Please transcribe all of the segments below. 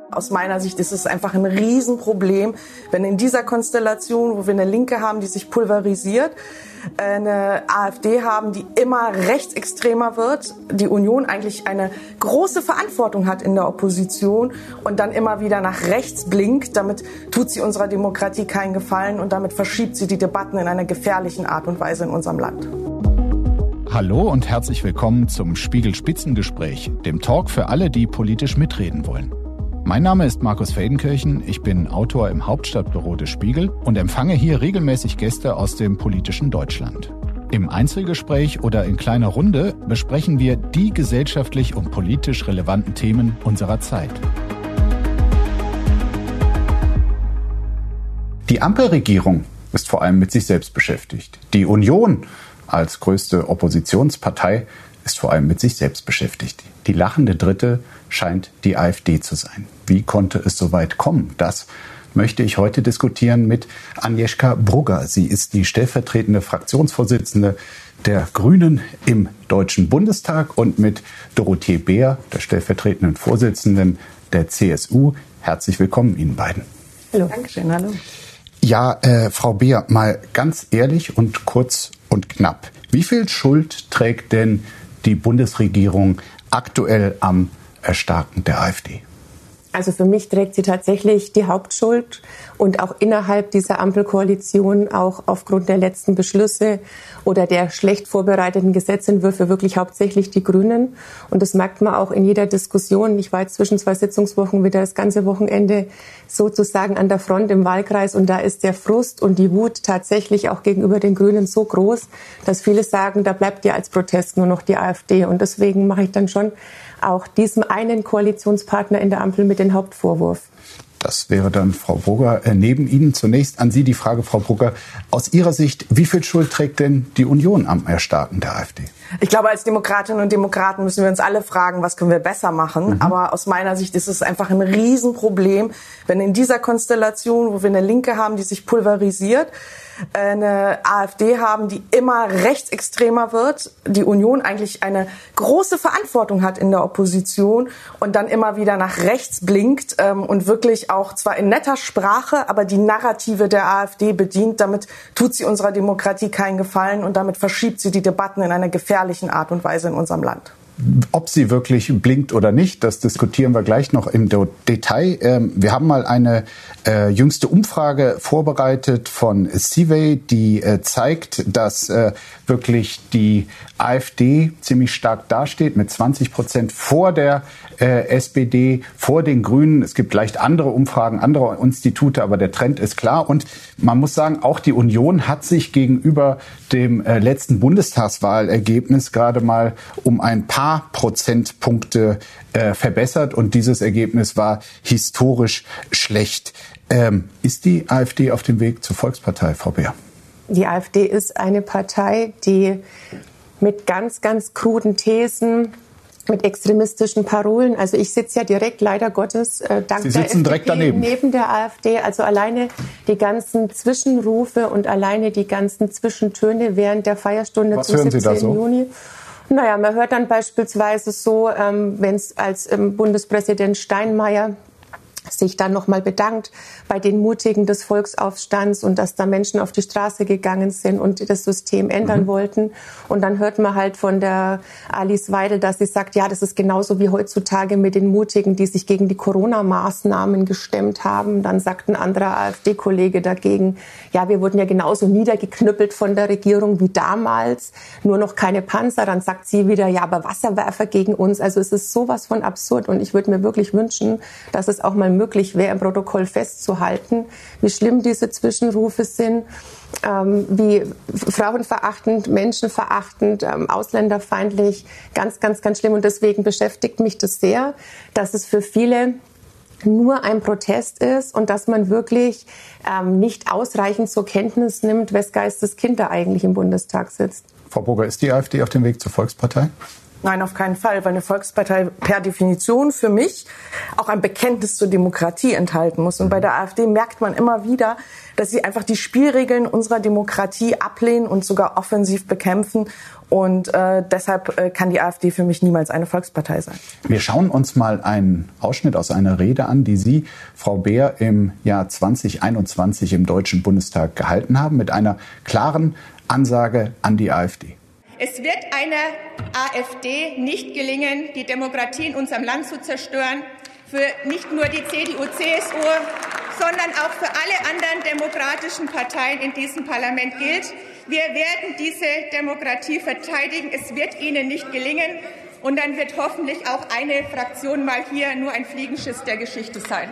Aus meiner Sicht ist es einfach ein Riesenproblem, wenn in dieser Konstellation, wo wir eine Linke haben, die sich pulverisiert, eine AfD haben, die immer rechtsextremer wird, die Union eigentlich eine große Verantwortung hat in der Opposition und dann immer wieder nach rechts blinkt. Damit tut sie unserer Demokratie keinen Gefallen und damit verschiebt sie die Debatten in einer gefährlichen Art und Weise in unserem Land. Hallo und herzlich willkommen zum Spiegel-Spitzengespräch, dem Talk für alle, die politisch mitreden wollen. Mein Name ist Markus Feldenkirchen, ich bin Autor im Hauptstadtbüro des Spiegel und empfange hier regelmäßig Gäste aus dem politischen Deutschland. Im Einzelgespräch oder in kleiner Runde besprechen wir die gesellschaftlich und politisch relevanten Themen unserer Zeit. Die Ampelregierung ist vor allem mit sich selbst beschäftigt. Die Union als größte Oppositionspartei ist vor allem mit sich selbst beschäftigt. Die lachende Dritte scheint die AfD zu sein. Wie konnte es so weit kommen? Das möchte ich heute diskutieren mit Agnieszka Brugger. Sie ist die stellvertretende Fraktionsvorsitzende der Grünen im Deutschen Bundestag und mit Dorothee Beer, der stellvertretenden Vorsitzenden der CSU. Herzlich willkommen Ihnen beiden. Hallo. Dankeschön, hallo. Ja, Frau Beer, mal ganz ehrlich und kurz und knapp. Wie viel Schuld trägt denn die Bundesregierung aktuell am Erstarken der AfD? Also für mich trägt sie tatsächlich die Hauptschuld und auch innerhalb dieser Ampelkoalition, auch aufgrund der letzten Beschlüsse oder der schlecht vorbereiteten Gesetzentwürfe, wirklich hauptsächlich die Grünen. Und das merkt man auch in jeder Diskussion. Ich war jetzt zwischen 2 Sitzungswochen wieder das ganze Wochenende sozusagen an der Front im Wahlkreis und da ist der Frust und die Wut tatsächlich auch gegenüber den Grünen so groß, dass viele sagen, da bleibt ja als Protest nur noch die AfD. Und deswegen mache ich dann schon auch diesem einen Koalitionspartner in der Ampel mit den Hauptvorwurf. Das wäre dann Frau Brugger neben Ihnen. Zunächst an Sie die Frage, Frau Brugger. Aus Ihrer Sicht, wie viel Schuld trägt denn die Union am Erstarken der AfD? Ich glaube, als Demokratinnen und Demokraten müssen wir uns alle fragen, was können wir besser machen. Aber aus meiner Sicht ist es einfach ein Riesenproblem, wenn in dieser Konstellation, wo wir eine Linke haben, die sich pulverisiert, eine AfD haben, die immer rechtsextremer wird, die Union eigentlich eine große Verantwortung hat in der Opposition und dann immer wieder nach rechts blinkt und wirklich auch zwar in netter Sprache, aber die Narrative der AfD bedient. Damit tut sie unserer Demokratie keinen Gefallen und damit verschiebt sie die Debatten in einer gefährlichen Art und Weise in unserem Land. Ob sie wirklich blinkt oder nicht, das diskutieren wir gleich noch im Detail. Wir haben mal eine jüngste Umfrage vorbereitet von Civey, die zeigt, dass wirklich die AfD ziemlich stark dasteht, mit 20% vor der SPD, vor den Grünen. Es gibt leicht andere Umfragen, andere Institute, aber der Trend ist klar. Und man muss sagen, auch die Union hat sich gegenüber dem letzten Bundestagswahlergebnis gerade mal um ein paar Prozentpunkte verbessert. Und dieses Ergebnis war historisch schlecht. Ist die AfD auf dem Weg zur Volkspartei, Frau Beer? Die AfD ist eine Partei, die mit ganz, ganz kruden Thesen, mit extremistischen Parolen. Also ich sitze ja direkt, leider Gottes, dank Sie der sitzen direkt daneben. Neben der AfD. Also alleine die ganzen Zwischenrufe und alleine die ganzen Zwischentöne während der Feierstunde zum 17. Juni. Naja, man hört dann beispielsweise so, wenn es als Bundespräsident Steinmeier sich dann nochmal bedankt bei den Mutigen des Volksaufstands und dass da Menschen auf die Straße gegangen sind und das System ändern wollten. Und dann hört man halt von der Alice Weidel, dass sie sagt, ja, das ist genauso wie heutzutage mit den Mutigen, die sich gegen die Corona-Maßnahmen gestemmt haben. Dann sagt ein anderer AfD-Kollege dagegen, ja, wir wurden ja genauso niedergeknüppelt von der Regierung wie damals, nur noch keine Panzer. Dann sagt sie wieder, ja, aber Wasserwerfer gegen uns. Also es ist sowas von absurd und ich würde mir wirklich wünschen, dass es auch mal möglich wäre, im Protokoll festzuhalten, wie schlimm diese Zwischenrufe sind, wie frauenverachtend, menschenverachtend, ausländerfeindlich, ganz, ganz, ganz schlimm. Und deswegen beschäftigt mich das sehr, dass es für viele nur ein Protest ist und dass man wirklich nicht ausreichend zur Kenntnis nimmt, wes Geistes Kind da eigentlich im Bundestag sitzt. Frau Brugger, ist die AfD auf dem Weg zur Volkspartei? Nein, auf keinen Fall, weil eine Volkspartei per Definition für mich auch ein Bekenntnis zur Demokratie enthalten muss. Und bei der AfD merkt man immer wieder, dass sie einfach die Spielregeln unserer Demokratie ablehnen und sogar offensiv bekämpfen. Und deshalb kann die AfD für mich niemals eine Volkspartei sein. Wir schauen uns mal einen Ausschnitt aus einer Rede an, die Sie, Frau Beer, im Jahr 2021 im Deutschen Bundestag gehalten haben, mit einer klaren Ansage an die AfD. Es wird einer AfD nicht gelingen, die Demokratie in unserem Land zu zerstören. Für nicht nur die CDU, CSU, sondern auch für alle anderen demokratischen Parteien in diesem Parlament gilt. Wir werden diese Demokratie verteidigen. Es wird ihnen nicht gelingen. Und dann wird hoffentlich auch eine Fraktion mal hier nur ein Fliegenschiss der Geschichte sein.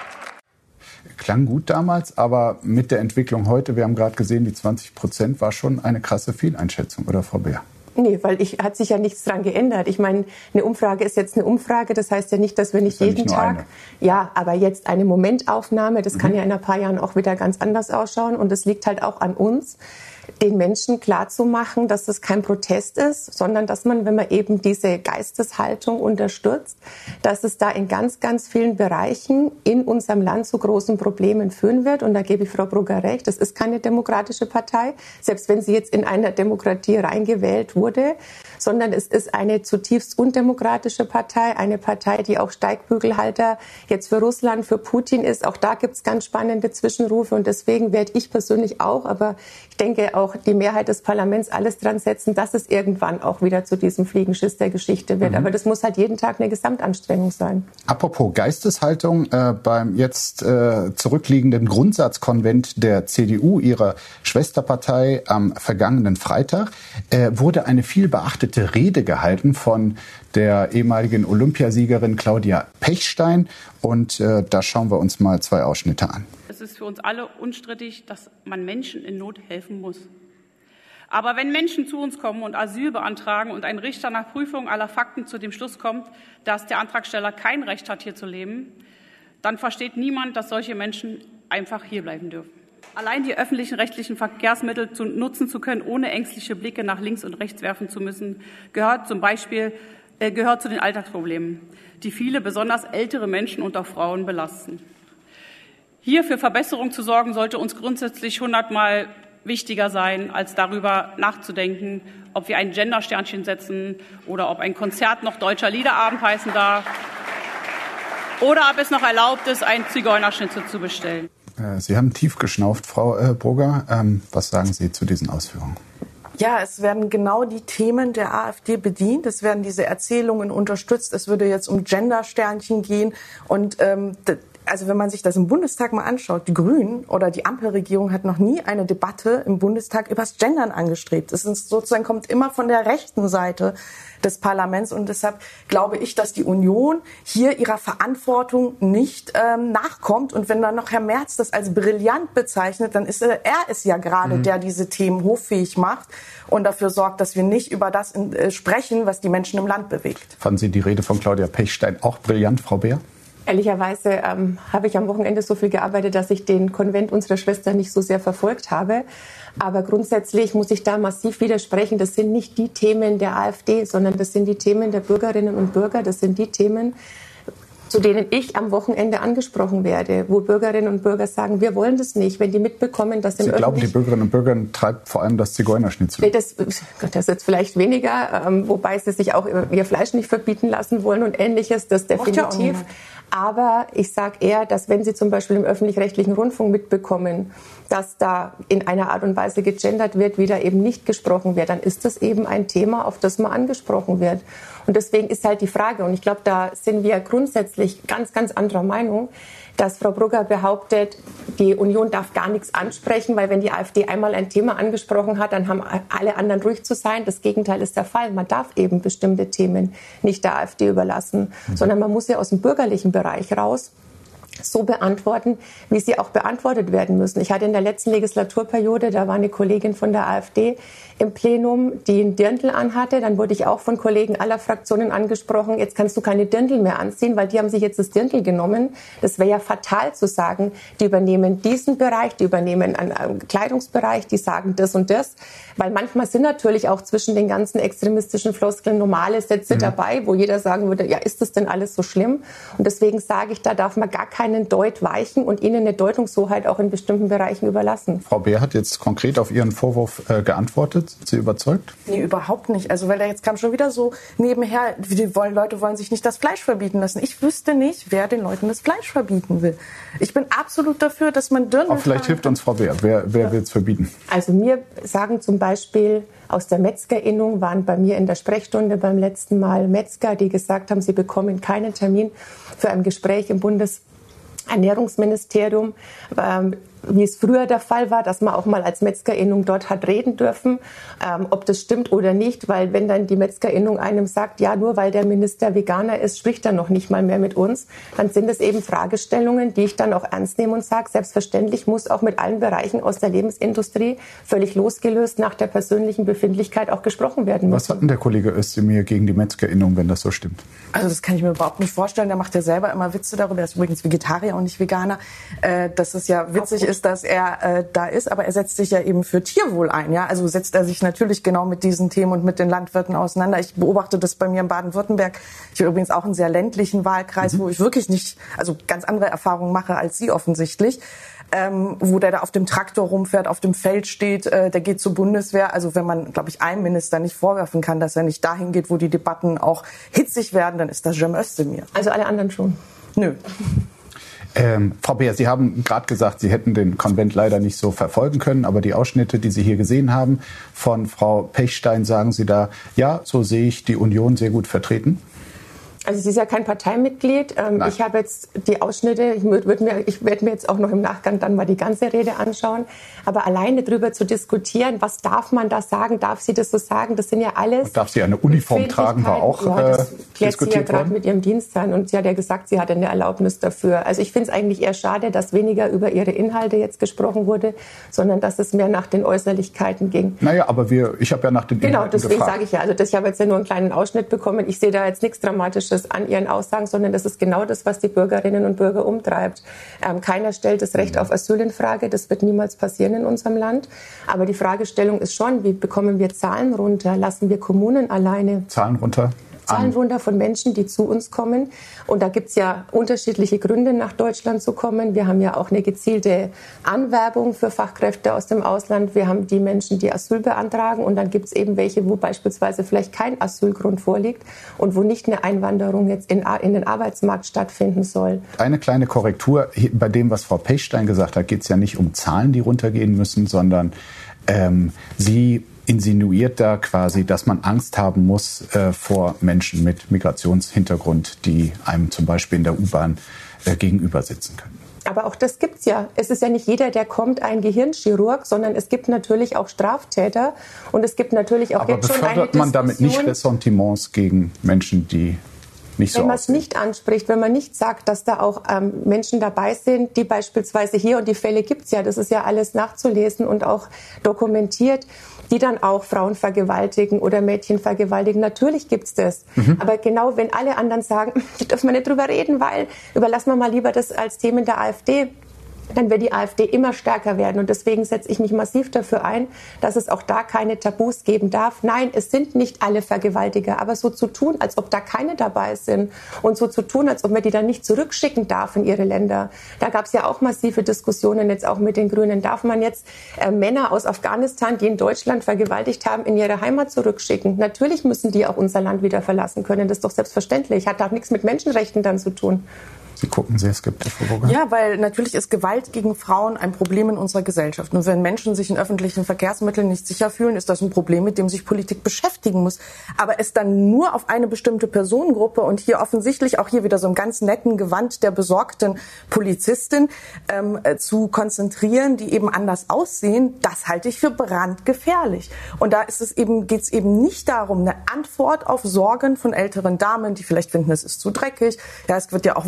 Klang gut damals, aber mit der Entwicklung heute, wir haben gerade gesehen, die 20% war schon eine krasse Fehleinschätzung, oder Frau Beer? Nee, weil hat sich ja nichts dran geändert. Ich meine, eine Umfrage ist jetzt eine Umfrage. Das heißt ja nicht, dass wir nicht jeden Tag... Ja, aber jetzt eine Momentaufnahme, das kann ja in ein paar Jahren auch wieder ganz anders ausschauen. Und es liegt halt auch an uns, den Menschen klarzumachen, dass das kein Protest ist, sondern dass man, wenn man eben diese Geisteshaltung unterstützt, dass es da in ganz, ganz vielen Bereichen in unserem Land zu großen Problemen führen wird. Und da gebe ich Frau Brugger recht, das ist keine demokratische Partei, selbst wenn sie jetzt in einer Demokratie reingewählt wurde, sondern es ist eine zutiefst undemokratische Partei, eine Partei, die auch Steigbügelhalter jetzt für Russland, für Putin ist. Auch da gibt es ganz spannende Zwischenrufe und deswegen werde ich persönlich auch, aber ich denke auch die Mehrheit des Parlaments alles dran setzen, dass es irgendwann auch wieder zu diesem Fliegenschiss der Geschichte wird. Aber das muss halt jeden Tag eine Gesamtanstrengung sein. Apropos Geisteshaltung, beim jetzt zurückliegenden Grundsatzkonvent der CDU, ihrer Schwesterpartei, am vergangenen Freitag, wurde eine viel beachtete Rede gehalten von der ehemaligen Olympiasiegerin Claudia Pechstein. Und da schauen wir uns mal 2 Ausschnitte an. Es ist für uns alle unstrittig, dass man Menschen in Not helfen muss. Aber wenn Menschen zu uns kommen und Asyl beantragen und ein Richter nach Prüfung aller Fakten zu dem Schluss kommt, dass der Antragsteller kein Recht hat, hier zu leben, dann versteht niemand, dass solche Menschen einfach hierbleiben dürfen. Allein die öffentlichen rechtlichen Verkehrsmittel nutzen zu können, ohne ängstliche Blicke nach links und rechts werfen zu müssen, gehört zu den Alltagsproblemen, die viele, besonders ältere Menschen und auch Frauen belasten. Hier für Verbesserung zu sorgen, sollte uns grundsätzlich 100-mal wichtiger sein, als darüber nachzudenken, ob wir ein Gender-Sternchen setzen oder ob ein Konzert noch Deutscher Liederabend heißen darf oder ob es noch erlaubt ist, einen Zigeunerschnitzel zu bestellen. Sie haben tief geschnauft, Frau Brugger. Was sagen Sie zu diesen Ausführungen? Ja, es werden genau die Themen der AfD bedient. Es werden diese Erzählungen unterstützt. Es würde jetzt um Gender-Sternchen gehen. Und also wenn man sich das im Bundestag mal anschaut, die Grünen oder die Ampelregierung hat noch nie eine Debatte im Bundestag übers Gendern angestrebt. Es ist sozusagen, kommt immer von der rechten Seite des Parlaments und deshalb glaube ich, dass die Union hier ihrer Verantwortung nicht nachkommt und wenn dann noch Herr Merz das als brillant bezeichnet, dann ist er es ja gerade, der diese Themen hoffähig macht und dafür sorgt, dass wir nicht über das sprechen, was die Menschen im Land bewegt. Fanden Sie die Rede von Claudia Pechstein auch brillant, Frau Beer? Ehrlicherweise habe ich am Wochenende so viel gearbeitet, dass ich den Konvent unserer Schwester nicht so sehr verfolgt habe. Aber grundsätzlich muss ich da massiv widersprechen. Das sind nicht die Themen der AfD, sondern das sind die Themen der Bürgerinnen und Bürger. Das sind die Themen, zu denen ich am Wochenende angesprochen werde, wo Bürgerinnen und Bürger sagen, wir wollen das nicht, wenn die mitbekommen, dass im Sie glauben, die Bürgerinnen und Bürger treibt vor allem das Zigeunerschnitzel? Nee, das jetzt vielleicht weniger, wobei sie sich auch ihr Fleisch nicht verbieten lassen wollen und Ähnliches, das definitiv. Aber ich sage eher, dass wenn Sie zum Beispiel im öffentlich-rechtlichen Rundfunk mitbekommen, dass da in einer Art und Weise gegendert wird, wie da eben nicht gesprochen wird, dann ist das eben ein Thema, auf das man angesprochen wird. Und deswegen ist halt die Frage, und ich glaube, da sind wir grundsätzlich ganz, ganz anderer Meinung, dass Frau Brugger behauptet, die Union darf gar nichts ansprechen, weil wenn die AfD einmal ein Thema angesprochen hat, dann haben alle anderen ruhig zu sein. Das Gegenteil ist der Fall. Man darf eben bestimmte Themen nicht der AfD überlassen, sondern man muss ja aus dem bürgerlichen Bereich raus so beantworten, wie sie auch beantwortet werden müssen. Ich hatte in der letzten Legislaturperiode, da war eine Kollegin von der AfD im Plenum, die einen Dirndl anhatte. Dann wurde ich auch von Kollegen aller Fraktionen angesprochen, jetzt kannst du keine Dirndl mehr anziehen, weil die haben sich jetzt das Dirndl genommen. Das wäre ja fatal zu sagen, die übernehmen diesen Bereich, die übernehmen einen Kleidungsbereich, die sagen das und das. Weil manchmal sind natürlich auch zwischen den ganzen extremistischen Floskeln normale Sätze dabei, wo jeder sagen würde, ja, ist das denn alles so schlimm? Und deswegen sage ich, da darf man gar keinen Deut weichen und ihnen eine Deutungshoheit auch in bestimmten Bereichen überlassen. Frau Beer hat jetzt konkret auf Ihren Vorwurf geantwortet. Sind Sie überzeugt? Nee, überhaupt nicht. Also, weil da jetzt kam schon wieder so nebenher, Leute wollen sich nicht das Fleisch verbieten lassen. Ich wüsste nicht, wer den Leuten das Fleisch verbieten will. Ich bin absolut dafür, dass man Dirndl... Aber vielleicht hilft uns Frau Beer. Wer will es verbieten? Also mir sagen zum Beispiel aus der Metzgerinnung, waren bei mir in der Sprechstunde beim letzten Mal Metzger, die gesagt haben, sie bekommen keinen Termin für ein Gespräch im Bundesernährungsministerium, wie es früher der Fall war, dass man auch mal als Metzgerinnung dort hat reden dürfen, ob das stimmt oder nicht, weil wenn dann die Metzgerinnung einem sagt, ja, nur weil der Minister Veganer ist, spricht er noch nicht mal mehr mit uns, dann sind es eben Fragestellungen, die ich dann auch ernst nehme und sage, selbstverständlich muss auch mit allen Bereichen aus der Lebensindustrie völlig losgelöst nach der persönlichen Befindlichkeit auch gesprochen werden müssen. Was hat denn der Kollege Özdemir gegen die Metzgerinnung, wenn das so stimmt? Also das kann ich mir überhaupt nicht vorstellen. Der macht ja selber immer Witze darüber. Er ist übrigens Vegetarier und nicht Veganer. Dass es ja witzig ist, dass er da ist, aber er setzt sich ja eben für Tierwohl ein. Ja? Also setzt er sich natürlich genau mit diesen Themen und mit den Landwirten auseinander. Ich beobachte das bei mir in Baden-Württemberg. Ich habe übrigens auch einen sehr ländlichen Wahlkreis, wo ich wirklich nicht, also ganz andere Erfahrungen mache als Sie offensichtlich. Wo der da auf dem Traktor rumfährt, auf dem Feld steht, der geht zur Bundeswehr. Also wenn man, glaube ich, einem Minister nicht vorwerfen kann, dass er nicht dahin geht, wo die Debatten auch hitzig werden, dann ist das Cem Özdemir. Also alle anderen schon? Nö. Frau Beer, Sie haben gerade gesagt, Sie hätten den Konvent leider nicht so verfolgen können, aber die Ausschnitte, die Sie hier gesehen haben von Frau Pechstein, sagen Sie da, ja, so sehe ich die Union sehr gut vertreten? Also sie ist ja kein Parteimitglied. Ich habe jetzt die Ausschnitte, ich werde mir jetzt auch noch im Nachgang dann mal die ganze Rede anschauen. Aber alleine darüber zu diskutieren, was darf man da sagen, darf sie das so sagen, das sind ja alles... Und darf sie eine Uniform tragen, war auch das klärt sie ja gerade mit ihrem Dienst an. Und sie hat ja gesagt, sie hatte eine Erlaubnis dafür. Also ich finde es eigentlich eher schade, dass weniger über ihre Inhalte jetzt gesprochen wurde, sondern dass es mehr nach den Äußerlichkeiten ging. Naja, aber ich habe ja nach den Inhalten gefragt. Genau, deswegen sage ich ja. Also ich habe jetzt ja nur einen kleinen Ausschnitt bekommen. Ich sehe da jetzt nichts Dramatisches an ihren Aussagen, sondern das ist genau das, was die Bürgerinnen und Bürger umtreibt. Keiner stellt das Recht auf Asyl in Frage. Das wird niemals passieren in unserem Land. Aber die Fragestellung ist schon, wie bekommen wir Zahlen runter? Lassen wir Kommunen alleine? Zahlen runter? Zahlen runter von Menschen, die zu uns kommen. Und da gibt es ja unterschiedliche Gründe, nach Deutschland zu kommen. Wir haben ja auch eine gezielte Anwerbung für Fachkräfte aus dem Ausland. Wir haben die Menschen, die Asyl beantragen. Und dann gibt es eben welche, wo beispielsweise vielleicht kein Asylgrund vorliegt und wo nicht eine Einwanderung jetzt in den Arbeitsmarkt stattfinden soll. Eine kleine Korrektur. Bei dem, was Frau Pechstein gesagt hat, geht es ja nicht um Zahlen, die runtergehen müssen, sondern sie insinuiert da quasi, dass man Angst haben muss vor Menschen mit Migrationshintergrund, die einem zum Beispiel in der U-Bahn gegenüber sitzen können. Aber auch das gibt's ja. Es ist ja nicht jeder, der kommt, ein Gehirnchirurg, sondern es gibt natürlich auch Straftäter und es gibt natürlich auch aber jetzt schon eine Diskussion. Aber befördert man damit nicht Ressentiments gegen Menschen, die nicht so wenn man es nicht anspricht, wenn man nicht sagt, dass da auch Menschen dabei sind, die beispielsweise hier, und die Fälle gibt's ja, das ist ja alles nachzulesen und auch dokumentiert, die dann auch Frauen vergewaltigen oder Mädchen vergewaltigen. Natürlich gibt's das. Aber genau, wenn alle anderen sagen, da dürfen wir nicht drüber reden, weil überlassen wir mal lieber das als Themen der AfD, dann wird die AfD immer stärker werden. Und deswegen setze ich mich massiv dafür ein, dass es auch da keine Tabus geben darf. Nein, es sind nicht alle Vergewaltiger, aber so zu tun, als ob da keine dabei sind und so zu tun, als ob man die dann nicht zurückschicken darf in ihre Länder. Da gab es ja auch massive Diskussionen jetzt auch mit den Grünen. Darf man jetzt Männer aus Afghanistan, die in Deutschland vergewaltigt haben, in ihre Heimat zurückschicken? Natürlich müssen die auch unser Land wieder verlassen können. Das ist doch selbstverständlich. Hat auch nichts mit Menschenrechten dann zu tun. Sie gucken sehr skeptisch, Frau Burger. Ja, weil natürlich ist Gewalt gegen Frauen ein Problem in unserer Gesellschaft. Und wenn Menschen sich in öffentlichen Verkehrsmitteln nicht sicher fühlen, ist das ein Problem, mit dem sich Politik beschäftigen muss. Aber es dann nur auf eine bestimmte Personengruppe und hier offensichtlich auch hier wieder so im ganz netten Gewand der besorgten Polizistin zu konzentrieren, die eben anders aussehen, das halte ich für brandgefährlich. Und da geht es eben nicht darum, eine Antwort auf Sorgen von älteren Damen, die vielleicht finden, es ist zu dreckig. Ja, es wird ja auch weiße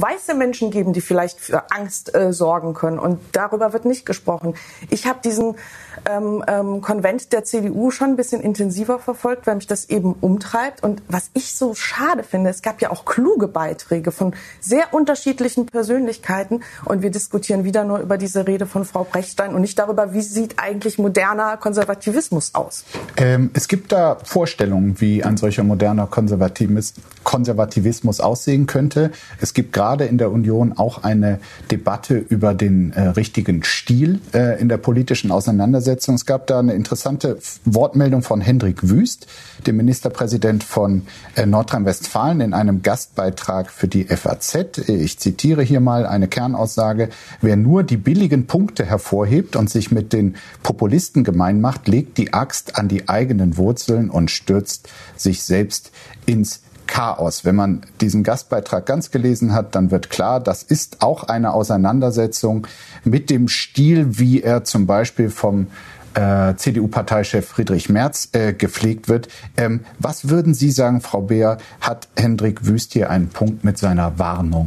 Menschen geben, die vielleicht für Angst sorgen können. Und darüber wird nicht gesprochen. Ich habe diesen Konvent der CDU schon ein bisschen intensiver verfolgt, weil mich das eben umtreibt. Und was ich so schade finde, es gab ja auch kluge Beiträge von sehr unterschiedlichen Persönlichkeiten. Und wir diskutieren wieder nur über diese Rede von Frau Brechstein und nicht darüber, wie sieht eigentlich moderner Konservativismus aus. Es gibt da Vorstellungen, wie ein solcher moderner Konservativismus aussehen könnte. Es gibt gerade in der Union auch eine Debatte über den richtigen Stil in der politischen Auseinandersetzung. Es gab da eine interessante Wortmeldung von Hendrik Wüst, dem Ministerpräsident von Nordrhein-Westfalen, in einem Gastbeitrag für die FAZ. Ich zitiere hier mal eine Kernaussage: Wer nur die billigen Punkte hervorhebt und sich mit den Populisten gemein macht, legt die Axt an die eigenen Wurzeln und stürzt sich selbst ins Chaos. Wenn man diesen Gastbeitrag ganz gelesen hat, dann wird klar, das ist auch eine Auseinandersetzung mit dem Stil, wie er zum Beispiel vom CDU-Parteichef Friedrich Merz gepflegt wird. Was würden Sie sagen, Frau Beer, hat Hendrik Wüst hier einen Punkt mit seiner Warnung?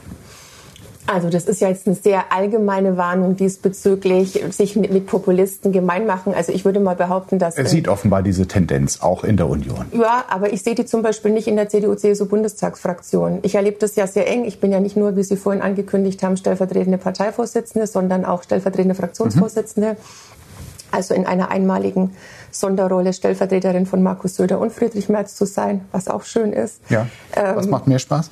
Also das ist ja jetzt eine sehr allgemeine Warnung diesbezüglich, sich mit Populisten gemein machen. Also ich würde mal behaupten, dass... Er sieht offenbar diese Tendenz auch in der Union. Ja, aber ich sehe die zum Beispiel nicht in der CDU-CSU-Bundestagsfraktion. Ich erlebe das ja sehr eng. Ich bin ja nicht nur, wie Sie vorhin angekündigt haben, stellvertretende Parteivorsitzende, sondern auch stellvertretende Fraktionsvorsitzende. Also in einer einmaligen Sonderrolle Stellvertreterin von Markus Söder und Friedrich Merz zu sein, was auch schön ist. Ja, was macht mehr Spaß?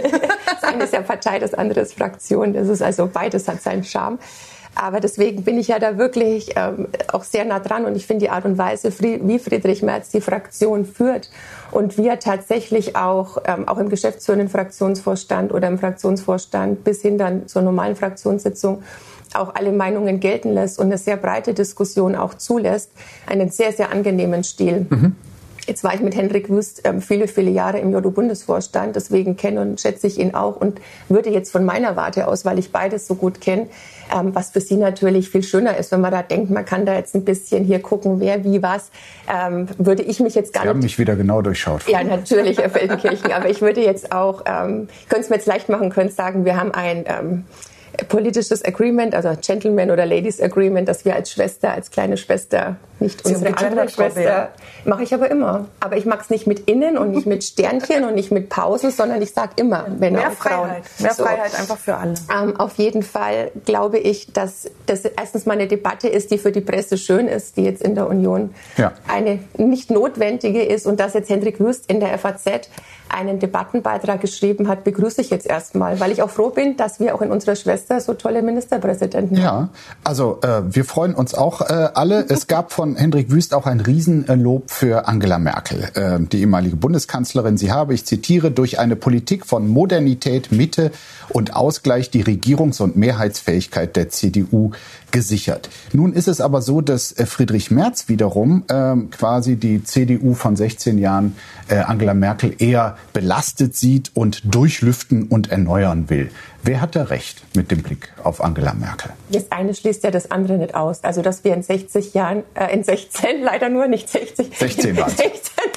Das eine ist ja Partei, das andere ist Fraktion. Das ist also beides hat seinen Charme. Aber deswegen bin ich ja da wirklich auch sehr nah dran und ich finde die Art und Weise, wie Friedrich Merz die Fraktion führt und wie er tatsächlich auch im geschäftsführenden Fraktionsvorstand oder im Fraktionsvorstand bis hin dann zur normalen Fraktionssitzung auch alle Meinungen gelten lässt und eine sehr breite Diskussion auch zulässt, einen sehr, sehr angenehmen Stil. Mhm. Jetzt war ich mit Hendrik Wüst viele, viele Jahre im JU-Bundesvorstand, deswegen kenne und schätze ich ihn auch und würde jetzt von meiner Warte aus, weil ich beides so gut kenne, was für Sie natürlich viel schöner ist, wenn man da denkt, man kann da jetzt ein bisschen hier gucken, wer, wie, was, würde ich mich jetzt gar nicht... Sie haben mich wieder genau durchschaut. Ja, natürlich, Herr Feldenkirchen, aber ich würde jetzt auch, könnte es mir jetzt leicht machen, könnte sagen, wir haben ein... politisches Agreement, also Gentleman oder Ladies Agreement, dass wir als Schwester, als kleine Schwester, nicht unsere andere Schwester, mache ich aber immer. Aber ich mag es nicht mit Innen und nicht mit Sternchen und nicht mit Pausen, sondern ich sage immer Männer und Frauen. Mehr Freiheit einfach für alle. Auf jeden Fall glaube ich, dass das erstens mal eine Debatte ist, die für die Presse schön ist, die jetzt in der Union eine nicht notwendige ist und dass jetzt Hendrik Wüst in der FAZ einen Debattenbeitrag geschrieben hat, begrüße ich jetzt erstmal, weil ich auch froh bin, dass wir auch in unserer Schwester so tolle Ministerpräsidenten haben. Ja, also wir freuen uns auch alle. Es gab von Hendrik Wüst auch ein Riesenlob für Angela Merkel, die ehemalige Bundeskanzlerin. Sie habe, ich zitiere, durch eine Politik von Modernität, Mitte und Ausgleich die Regierungs- und Mehrheitsfähigkeit der CDU gesichert. Nun ist es aber so, dass Friedrich Merz wiederum quasi die CDU von 16 Jahren Angela Merkel eher belastet sieht und durchlüften und erneuern will. Wer hat da recht mit dem Blick auf Angela Merkel? Das eine schließt ja das andere nicht aus. Also, dass wir in 60 Jahren, in 16 leider nur, nicht 60. 16 waren 16,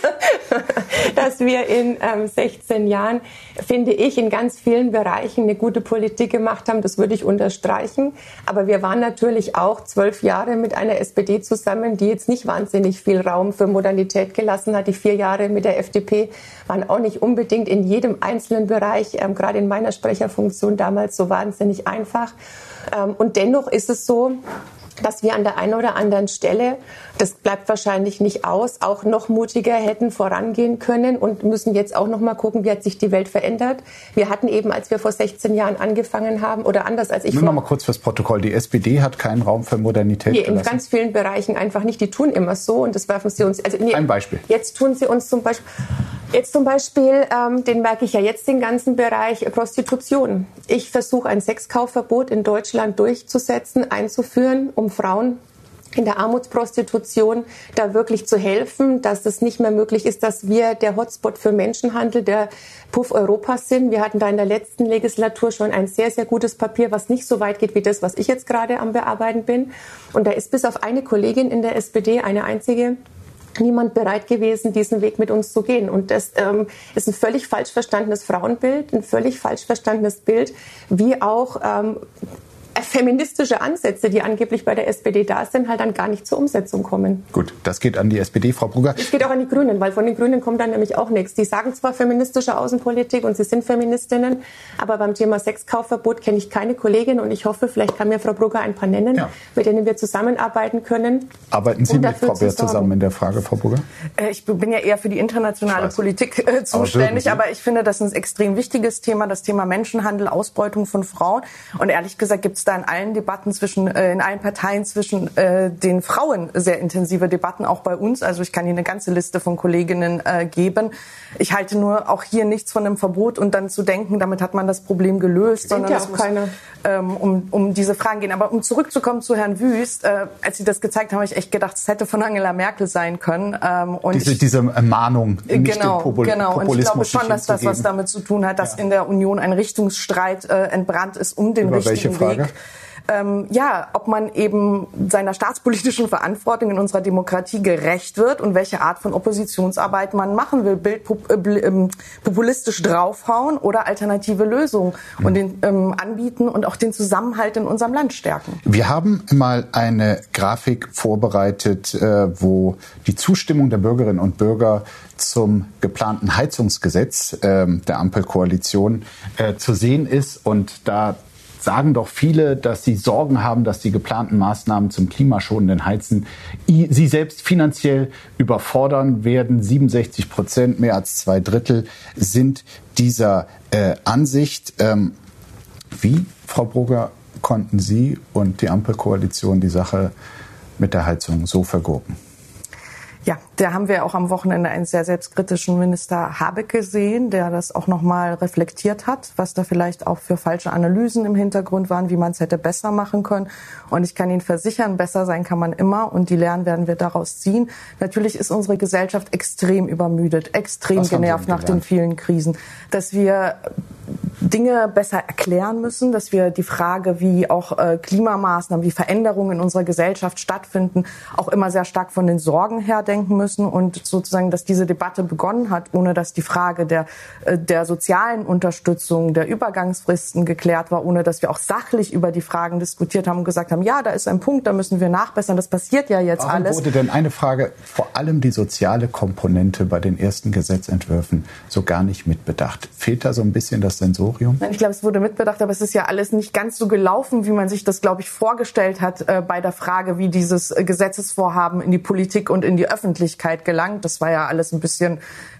dass wir in 16 Jahren, finde ich, in ganz vielen Bereichen eine gute Politik gemacht haben. Das würde ich unterstreichen. Aber wir waren natürlich auch 12 Jahre mit einer SPD zusammen, die jetzt nicht wahnsinnig viel Raum für Modernität gelassen hat. Die 4 Jahre mit der FDP waren auch nicht unbedingt in jedem einzelnen Bereich, gerade in meiner Sprecherfunktion damals, so wahnsinnig einfach. Und dennoch ist es so, dass wir an der einen oder anderen Stelle, das bleibt wahrscheinlich nicht aus, auch noch mutiger hätten vorangehen können und müssen jetzt auch noch mal gucken, wie hat sich die Welt verändert. Wir hatten eben, als wir vor 16 Jahren angefangen haben, oder anders als ich... Nur noch mal kurz fürs Protokoll, die SPD hat keinen Raum für Modernität gelassen. In ganz vielen Bereichen einfach nicht. Die tun immer so und das werfen sie uns... Also, ein Beispiel. Jetzt tun sie uns zum Beispiel, den merke ich ja jetzt, den ganzen Bereich Prostitution. Ich versuche ein Sexkaufverbot in Deutschland durchzusetzen, einzuführen, um Frauen in der Armutsprostitution da wirklich zu helfen, dass es nicht mehr möglich ist, dass wir der Hotspot für Menschenhandel, der Puff Europas sind. Wir hatten da in der letzten Legislatur schon ein sehr, sehr gutes Papier, was nicht so weit geht wie das, was ich jetzt gerade am Bearbeiten bin. Und da ist bis auf eine Kollegin in der SPD, eine einzige, niemand bereit gewesen, diesen Weg mit uns zu gehen. Und das ist ein völlig falsch verstandenes Frauenbild, ein völlig falsch verstandenes Bild, wie auch feministische Ansätze, die angeblich bei der SPD da sind, halt dann gar nicht zur Umsetzung kommen. Gut, das geht an die SPD, Frau Brugger. Das geht auch an die Grünen, weil von den Grünen kommt dann nämlich auch nichts. Die sagen zwar feministische Außenpolitik und sie sind Feministinnen, aber beim Thema Sexkaufverbot kenne ich keine Kollegin und ich hoffe, vielleicht kann mir Frau Brugger ein paar nennen, mit denen wir zusammenarbeiten können. Arbeiten Sie mit Frau Beer zusammen in der Frage, Frau Brugger? Ich bin ja eher für die internationale Politik zuständig, aber ich finde, das ist ein extrem wichtiges Thema, das Thema Menschenhandel, Ausbeutung von Frauen. Und ehrlich gesagt gibt es da in allen Debatten in allen Parteien zwischen den Frauen sehr intensive Debatten, auch bei uns. Also ich kann Ihnen eine ganze Liste von Kolleginnen geben. Ich halte nur auch hier nichts von einem Verbot und dann zu denken, damit hat man das Problem gelöst, sondern es muss um diese Fragen gehen. Aber um zurückzukommen zu Herrn Wüst, als Sie das gezeigt haben, habe ich echt gedacht, es hätte von Angela Merkel sein können. Und diese Mahnung, nicht den Populismus. Und ich glaube schon, dass das was damit zu tun hat, dass in der Union ein Richtungsstreit entbrannt ist um den richtigen Weg. Ob man eben seiner staatspolitischen Verantwortung in unserer Demokratie gerecht wird und welche Art von Oppositionsarbeit man machen will. Populistisch draufhauen oder alternative Lösungen und den anbieten und auch den Zusammenhalt in unserem Land stärken. Wir haben mal eine Grafik vorbereitet, wo die Zustimmung der Bürgerinnen und Bürger zum geplanten Heizungsgesetz der Ampelkoalition zu sehen ist. Und da sagen doch viele, dass sie Sorgen haben, dass die geplanten Maßnahmen zum klimaschonenden Heizen sie selbst finanziell überfordern werden. 67%, mehr als 2/3, sind dieser Ansicht. Wie, Frau Brugger, konnten Sie und die Ampelkoalition die Sache mit der Heizung so vergurken? Ja, da haben wir auch am Wochenende einen sehr selbstkritischen Minister Habeck gesehen, der das auch nochmal reflektiert hat, was da vielleicht auch für falsche Analysen im Hintergrund waren, wie man es hätte besser machen können. Und ich kann Ihnen versichern, besser sein kann man immer und die Lehren werden wir daraus ziehen. Natürlich ist unsere Gesellschaft extrem übermüdet, extrem genervt nach den vielen Krisen, dass wir Dinge besser erklären müssen, dass wir die Frage, wie auch Klimamaßnahmen, wie Veränderungen in unserer Gesellschaft stattfinden, auch immer sehr stark von den Sorgen her denken müssen und sozusagen, dass diese Debatte begonnen hat, ohne dass die Frage der sozialen Unterstützung, der Übergangsfristen geklärt war, ohne dass wir auch sachlich über die Fragen diskutiert haben und gesagt haben, ja, da ist ein Punkt, da müssen wir nachbessern, das passiert ja jetzt alles. Warum wurde denn eine Frage, vor allem die soziale Komponente bei den ersten Gesetzentwürfen so gar nicht mitbedacht? Fehlt da so ein bisschen das Sensorium? Nein, ich glaube, es wurde mitbedacht, aber es ist ja alles nicht ganz so gelaufen, wie man sich das, glaube ich, vorgestellt hat bei der Frage, wie dieses Gesetzesvorhaben in die Politik und in die Öffentlichkeit gelangt. Das war ja alles ein bisschen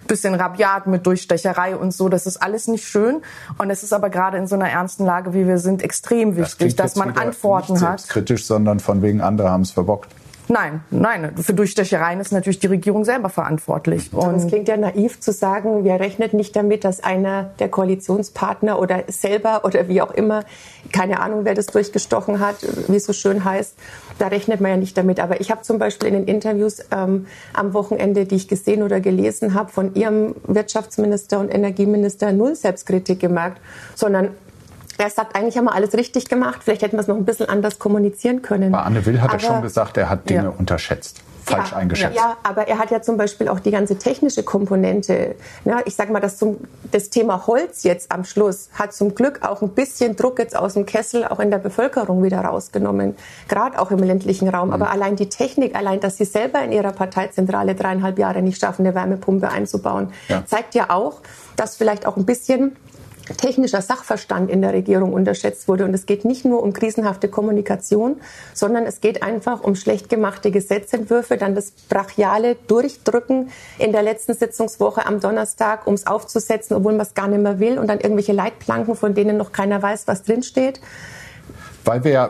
rabiat mit Durchstecherei und so. Das ist alles nicht schön. Und es ist aber gerade in so einer ernsten Lage, wie wir sind, extrem wichtig, dass man Antworten nicht hat. Nicht selbstkritisch, sondern von wegen andere haben es verbockt. Nein. Für Durchstechereien ist natürlich die Regierung selber verantwortlich. Und es klingt ja naiv zu sagen, wir rechnen nicht damit, dass einer der Koalitionspartner oder selber oder wie auch immer, keine Ahnung, wer das durchgestochen hat, wie es so schön heißt, da rechnet man ja nicht damit. Aber ich habe zum Beispiel in den Interviews am Wochenende, die ich gesehen oder gelesen habe, von Ihrem Wirtschaftsminister und Energieminister null Selbstkritik gemerkt, sondern er sagt, eigentlich haben wir alles richtig gemacht. Vielleicht hätten wir es noch ein bisschen anders kommunizieren können. Bei Anne Will hat er schon gesagt, er hat Dinge unterschätzt, falsch eingeschätzt. Ja, aber er hat ja zum Beispiel auch die ganze technische Komponente. Ne? Ich sage mal, das Thema Holz jetzt am Schluss hat zum Glück auch ein bisschen Druck jetzt aus dem Kessel auch in der Bevölkerung wieder rausgenommen. Gerade auch im ländlichen Raum. Aber allein die Technik, dass Sie selber in Ihrer Parteizentrale 3,5 Jahre nicht schaffen, eine Wärmepumpe einzubauen, zeigt ja auch, dass vielleicht auch ein bisschen technischer Sachverstand in der Regierung unterschätzt wurde. Und es geht nicht nur um krisenhafte Kommunikation, sondern es geht einfach um schlecht gemachte Gesetzentwürfe, dann das brachiale Durchdrücken in der letzten Sitzungswoche am Donnerstag, um es aufzusetzen, obwohl man es gar nicht mehr will, und dann irgendwelche Leitplanken, von denen noch keiner weiß, was drinsteht. Weil wir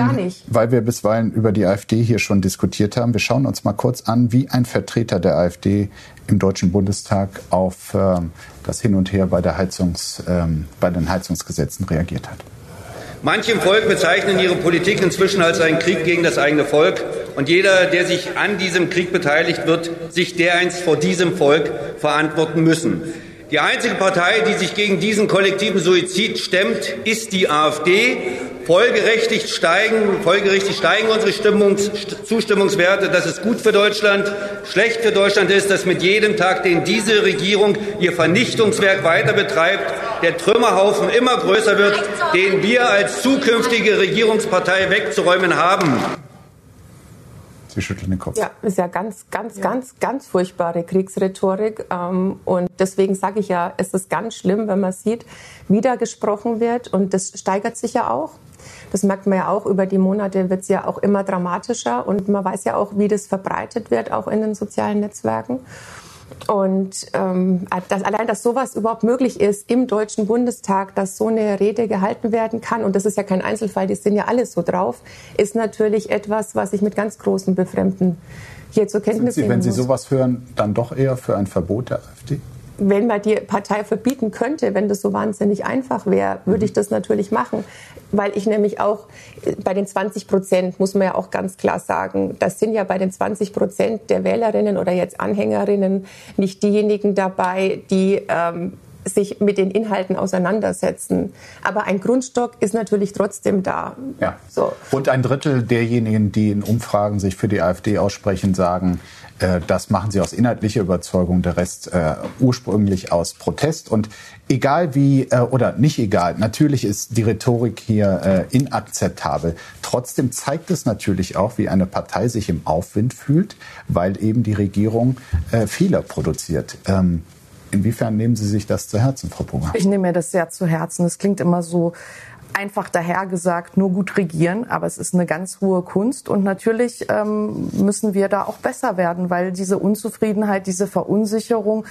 bisweilen über die AfD hier schon diskutiert haben, wir schauen uns mal kurz an, wie ein Vertreter der AfD im Deutschen Bundestag auf das Hin und Her bei den Heizungsgesetzen reagiert hat. Manche im Volk bezeichnen ihre Politik inzwischen als einen Krieg gegen das eigene Volk. Und jeder, der sich an diesem Krieg beteiligt wird, sich dereinst vor diesem Volk verantworten müssen. Die einzige Partei, die sich gegen diesen kollektiven Suizid stemmt, ist die AfD. Folgerichtig steigen unsere Zustimmungswerte, dass es gut für Deutschland, schlecht für Deutschland ist, dass mit jedem Tag, den diese Regierung ihr Vernichtungswerk weiter betreibt, der Trümmerhaufen immer größer wird, den wir als zukünftige Regierungspartei wegzuräumen haben. Sie schütteln den Kopf. Ja, ist ja ganz furchtbare Kriegsrhetorik. Und deswegen sage ich ja, es ist ganz schlimm, wenn man sieht, wie da gesprochen wird. Und das steigert sich ja auch. Das merkt man ja auch, über die Monate wird es ja auch immer dramatischer. Und man weiß ja auch, wie das verbreitet wird, auch in den sozialen Netzwerken. Und dass sowas überhaupt möglich ist im Deutschen Bundestag, dass so eine Rede gehalten werden kann, und das ist ja kein Einzelfall, die sind ja alle so drauf, ist natürlich etwas, was ich mit ganz großem Befremden hier zur Kenntnis nehmen muss. Wenn Sie sowas hören, dann doch eher für ein Verbot der AfD? Wenn man die Partei verbieten könnte, wenn das so wahnsinnig einfach wäre, würde ich das natürlich machen. Weil ich nämlich auch bei den 20%, muss man ja auch ganz klar sagen, das sind ja bei den 20% der Wählerinnen oder jetzt Anhängerinnen nicht diejenigen dabei, die sich mit den Inhalten auseinandersetzen. Aber ein Grundstock ist natürlich trotzdem da. Ja. So. Und ein Drittel derjenigen, die in Umfragen sich für die AfD aussprechen, sagen, das machen sie aus inhaltlicher Überzeugung, der Rest ursprünglich aus Protest. Und egal wie, oder nicht egal, natürlich ist die Rhetorik hier inakzeptabel. Trotzdem zeigt es natürlich auch, wie eine Partei sich im Aufwind fühlt, weil eben die Regierung Fehler produziert. Inwiefern nehmen Sie sich das zu Herzen, Frau Brugger? Ich nehme mir das sehr zu Herzen. Es klingt immer so einfach dahergesagt, nur gut regieren, aber es ist eine ganz hohe Kunst. Und natürlich müssen wir da auch besser werden, weil diese Unzufriedenheit, diese Verunsicherung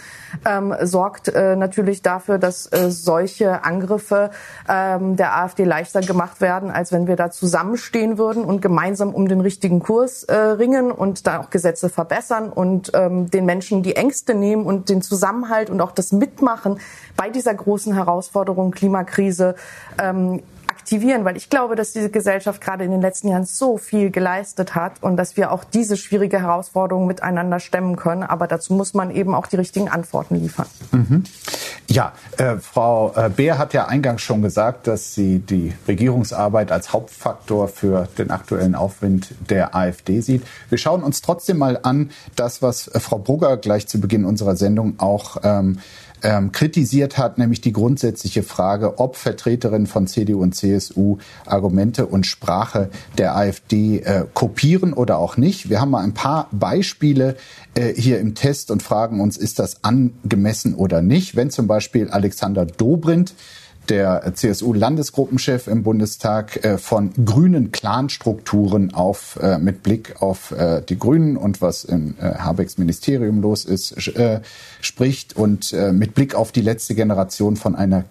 sorgt natürlich dafür, dass solche Angriffe der AfD leichter gemacht werden, als wenn wir da zusammenstehen würden und gemeinsam um den richtigen Kurs ringen und da auch Gesetze verbessern und den Menschen die Ängste nehmen und den Zusammenhalt und auch das Mitmachen bei dieser großen Herausforderung Klimakrise aktivieren, weil ich glaube, dass diese Gesellschaft gerade in den letzten Jahren so viel geleistet hat und dass wir auch diese schwierige Herausforderung miteinander stemmen können. Aber dazu muss man eben auch die richtigen Antworten liefern. Mhm. Ja, Frau Beer hat ja eingangs schon gesagt, dass sie die Regierungsarbeit als Hauptfaktor für den aktuellen Aufwind der AfD sieht. Wir schauen uns trotzdem mal an, das, was Frau Brugger gleich zu Beginn unserer Sendung auch kritisiert hat, nämlich die grundsätzliche Frage, ob Vertreterinnen von CDU und CSU Argumente und Sprache der AfD kopieren oder auch nicht. Wir haben mal ein paar Beispiele hier im Test und fragen uns, ist das angemessen oder nicht? Wenn zum Beispiel Alexander Dobrindt, der CSU-Landesgruppenchef im Bundestag, von grünen Clanstrukturen mit Blick auf die Grünen und was in Habecks Ministerium los ist, spricht und mit Blick auf die letzte Generation von einer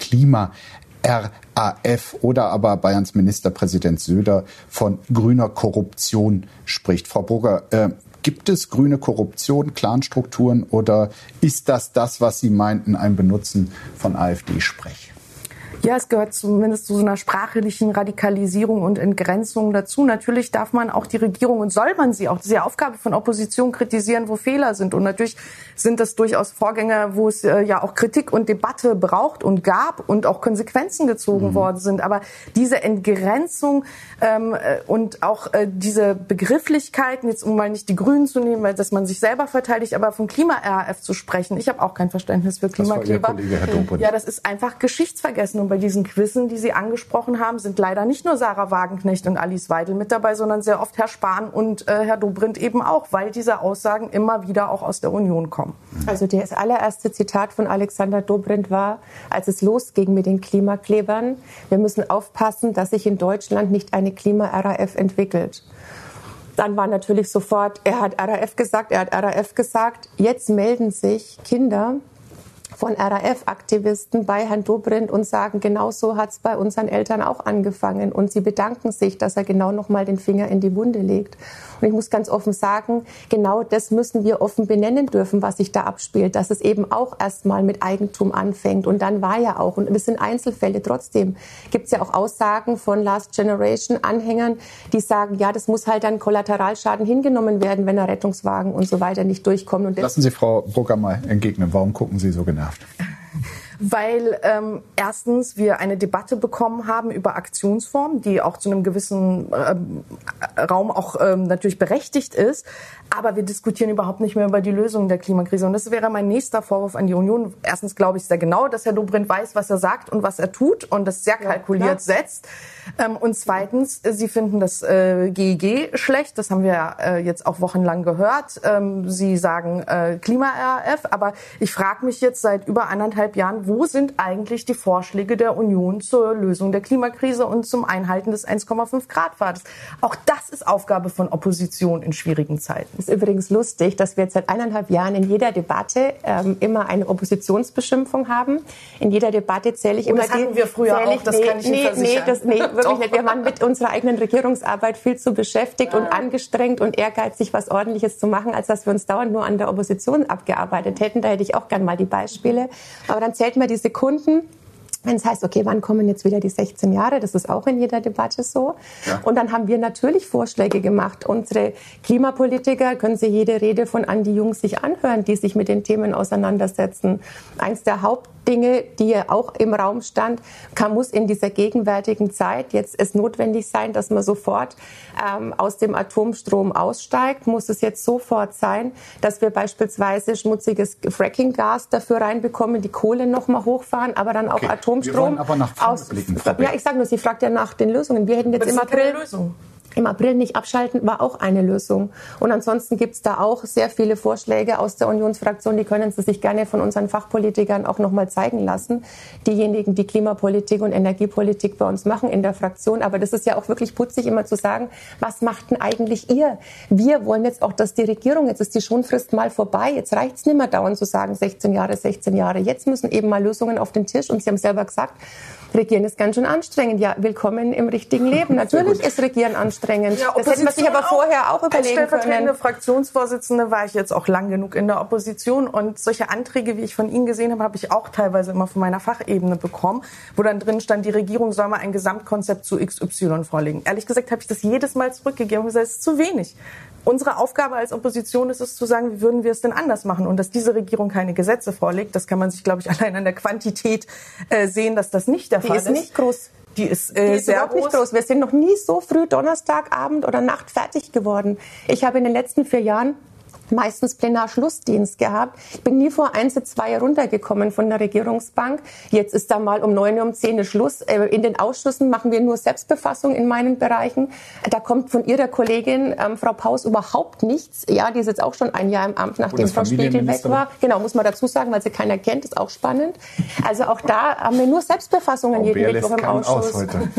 Klima-RAF oder aber Bayerns Ministerpräsident Söder von grüner Korruption spricht. Frau Brugger, gibt es grüne Korruption, Clanstrukturen oder ist das, was Sie meinten, ein Benutzen von AfD-Sprech? Ja, es gehört zumindest zu so einer sprachlichen Radikalisierung und Entgrenzung dazu. Natürlich darf man auch die Regierung und soll man sie auch, das ist ja Aufgabe von Opposition, kritisieren, wo Fehler sind. Und natürlich sind das durchaus Vorgänge, wo es ja auch Kritik und Debatte braucht und gab und auch Konsequenzen gezogen worden sind. Aber diese Entgrenzung und auch diese Begrifflichkeiten, jetzt um mal nicht die Grünen zu nehmen, weil dass man sich selber verteidigt, aber vom Klima-RAF zu sprechen, ich habe auch kein Verständnis für Klimakleber. Ja, das ist einfach Geschichtsvergessen. Und bei diesen Quizzen, die Sie angesprochen haben, sind leider nicht nur Sarah Wagenknecht und Alice Weidel mit dabei, sondern sehr oft Herr Spahn und Herr Dobrindt eben auch, weil diese Aussagen immer wieder auch aus der Union kommen. Also das allererste Zitat von Alexander Dobrindt war, als es losging mit den Klimaklebern: Wir müssen aufpassen, dass sich in Deutschland nicht eine Klima-RAF entwickelt. Dann war natürlich sofort, er hat RAF gesagt. Jetzt melden sich Kinder von RAF-Aktivisten bei Herrn Dobrindt und sagen, genau so hat es bei unseren Eltern auch angefangen. Und sie bedanken sich, dass er genau noch mal den Finger in die Wunde legt. Und ich muss ganz offen sagen, genau das müssen wir offen benennen dürfen, was sich da abspielt, dass es eben auch erstmal mit Eigentum anfängt. Und dann war ja auch, und es sind Einzelfälle, trotzdem gibt es ja auch Aussagen von Last Generation-Anhängern, die sagen, ja, das muss halt dann Kollateralschaden hingenommen werden, wenn der Rettungswagen und so weiter nicht durchkommen. Und lassen Sie Frau Brugger mal entgegnen, warum gucken Sie so genervt? Weil erstens wir eine Debatte bekommen haben über Aktionsformen, die auch zu einem gewissen Raum auch natürlich berechtigt ist. Aber wir diskutieren überhaupt nicht mehr über die Lösung der Klimakrise. Und das wäre mein nächster Vorwurf an die Union. Erstens glaube ich sehr genau, dass Herr Dobrindt weiß, was er sagt und was er tut und das sehr kalkuliert setzt. Und zweitens, sie finden das GEG schlecht. Das haben wir jetzt auch wochenlang gehört. Sie sagen Klima-RAF. Aber ich frage mich jetzt seit über 1,5 Jahren, wo sind eigentlich die Vorschläge der Union zur Lösung der Klimakrise und zum Einhalten des 1,5-Grad-Pfades? Auch das ist Aufgabe von Opposition in schwierigen Zeiten. Es ist übrigens lustig, dass wir jetzt seit 1,5 Jahren in jeder Debatte immer eine Oppositionsbeschimpfung haben. In jeder Debatte zähle ich immer das hatten wir früher auch, das kann ich Ihnen versichern. Nee, wirklich nicht. Wir waren mit unserer eigenen Regierungsarbeit viel zu beschäftigt und angestrengt und ehrgeizig, was Ordentliches zu machen, als dass wir uns dauernd nur an der Opposition abgearbeitet hätten. Da hätte ich auch gern mal die Beispiele. Aber dann zählt man die Sekunden. Wenn es heißt, okay, wann kommen jetzt wieder die 16 Jahre? Das ist auch in jeder Debatte so. Ja. Und dann haben wir natürlich Vorschläge gemacht. Unsere Klimapolitiker, können Sie jede Rede von Andi Jung sich anhören, die sich mit den Themen auseinandersetzen. Eins der Hauptdinge, die ja auch im Raum stand, muss in dieser gegenwärtigen Zeit jetzt es notwendig sein, dass man sofort aus dem Atomstrom aussteigt. Muss es jetzt sofort sein, dass wir beispielsweise schmutziges Fracking-Gas dafür reinbekommen, die Kohle noch mal hochfahren, aber dann auch Atomstrom. Wir wollen aber nach vorne blicken, Frau Beer. Ja, ich sage nur, sie fragt ja nach den Lösungen. Wir hätten jetzt im April nicht abschalten, war auch eine Lösung. Und ansonsten gibt es da auch sehr viele Vorschläge aus der Unionsfraktion, die können Sie sich gerne von unseren Fachpolitikern auch noch mal zeigen lassen. Diejenigen, die Klimapolitik und Energiepolitik bei uns machen in der Fraktion. Aber das ist ja auch wirklich putzig, immer zu sagen, was macht denn eigentlich ihr? Wir wollen jetzt auch, dass die Regierung, jetzt ist die Schonfrist mal vorbei, jetzt reicht es nicht mehr dauernd zu sagen, 16 Jahre, 16 Jahre. Jetzt müssen eben mal Lösungen auf den Tisch. Und Sie haben selber gesagt, Regieren ist ganz schön anstrengend. Ja, willkommen im richtigen Leben. Natürlich ist Regieren anstrengend. Ja, das hätte man sich aber vorher auch überlegen können. Als stellvertretende Fraktionsvorsitzende war ich jetzt auch lang genug in der Opposition. Und solche Anträge, wie ich von Ihnen gesehen habe, habe ich auch teilweise immer von meiner Fachebene bekommen, wo dann drin stand, die Regierung soll mal ein Gesamtkonzept zu XY vorlegen. Ehrlich gesagt habe ich das jedes Mal zurückgegeben und gesagt, es ist zu wenig. Unsere Aufgabe als Opposition ist es zu sagen, wie würden wir es denn anders machen? Und dass diese Regierung keine Gesetze vorlegt, das kann man sich, glaube ich, allein an der Quantität sehen, dass das nicht der Fall ist. Die ist nicht groß. Die ist sehr groß. Wir sind noch nie so früh Donnerstagabend oder Nacht fertig geworden. Ich habe in den letzten 4 Jahren meistens Plenarschlussdienst gehabt. Ich bin nie vor 1, 2 runtergekommen von der Regierungsbank. Jetzt ist da mal um 9 Uhr, um 10 Uhr Schluss. In den Ausschüssen machen wir nur Selbstbefassung in meinen Bereichen. Da kommt von Ihrer Kollegin, Frau Paus, überhaupt nichts. Ja, die ist jetzt auch schon ein Jahr im Amt, nachdem Frau Spiegel weg war. Genau, muss man dazu sagen, weil sie keiner kennt, ist auch spannend. Also auch da haben wir nur Selbstbefassungen jeden Mittwoch im Ausschuss.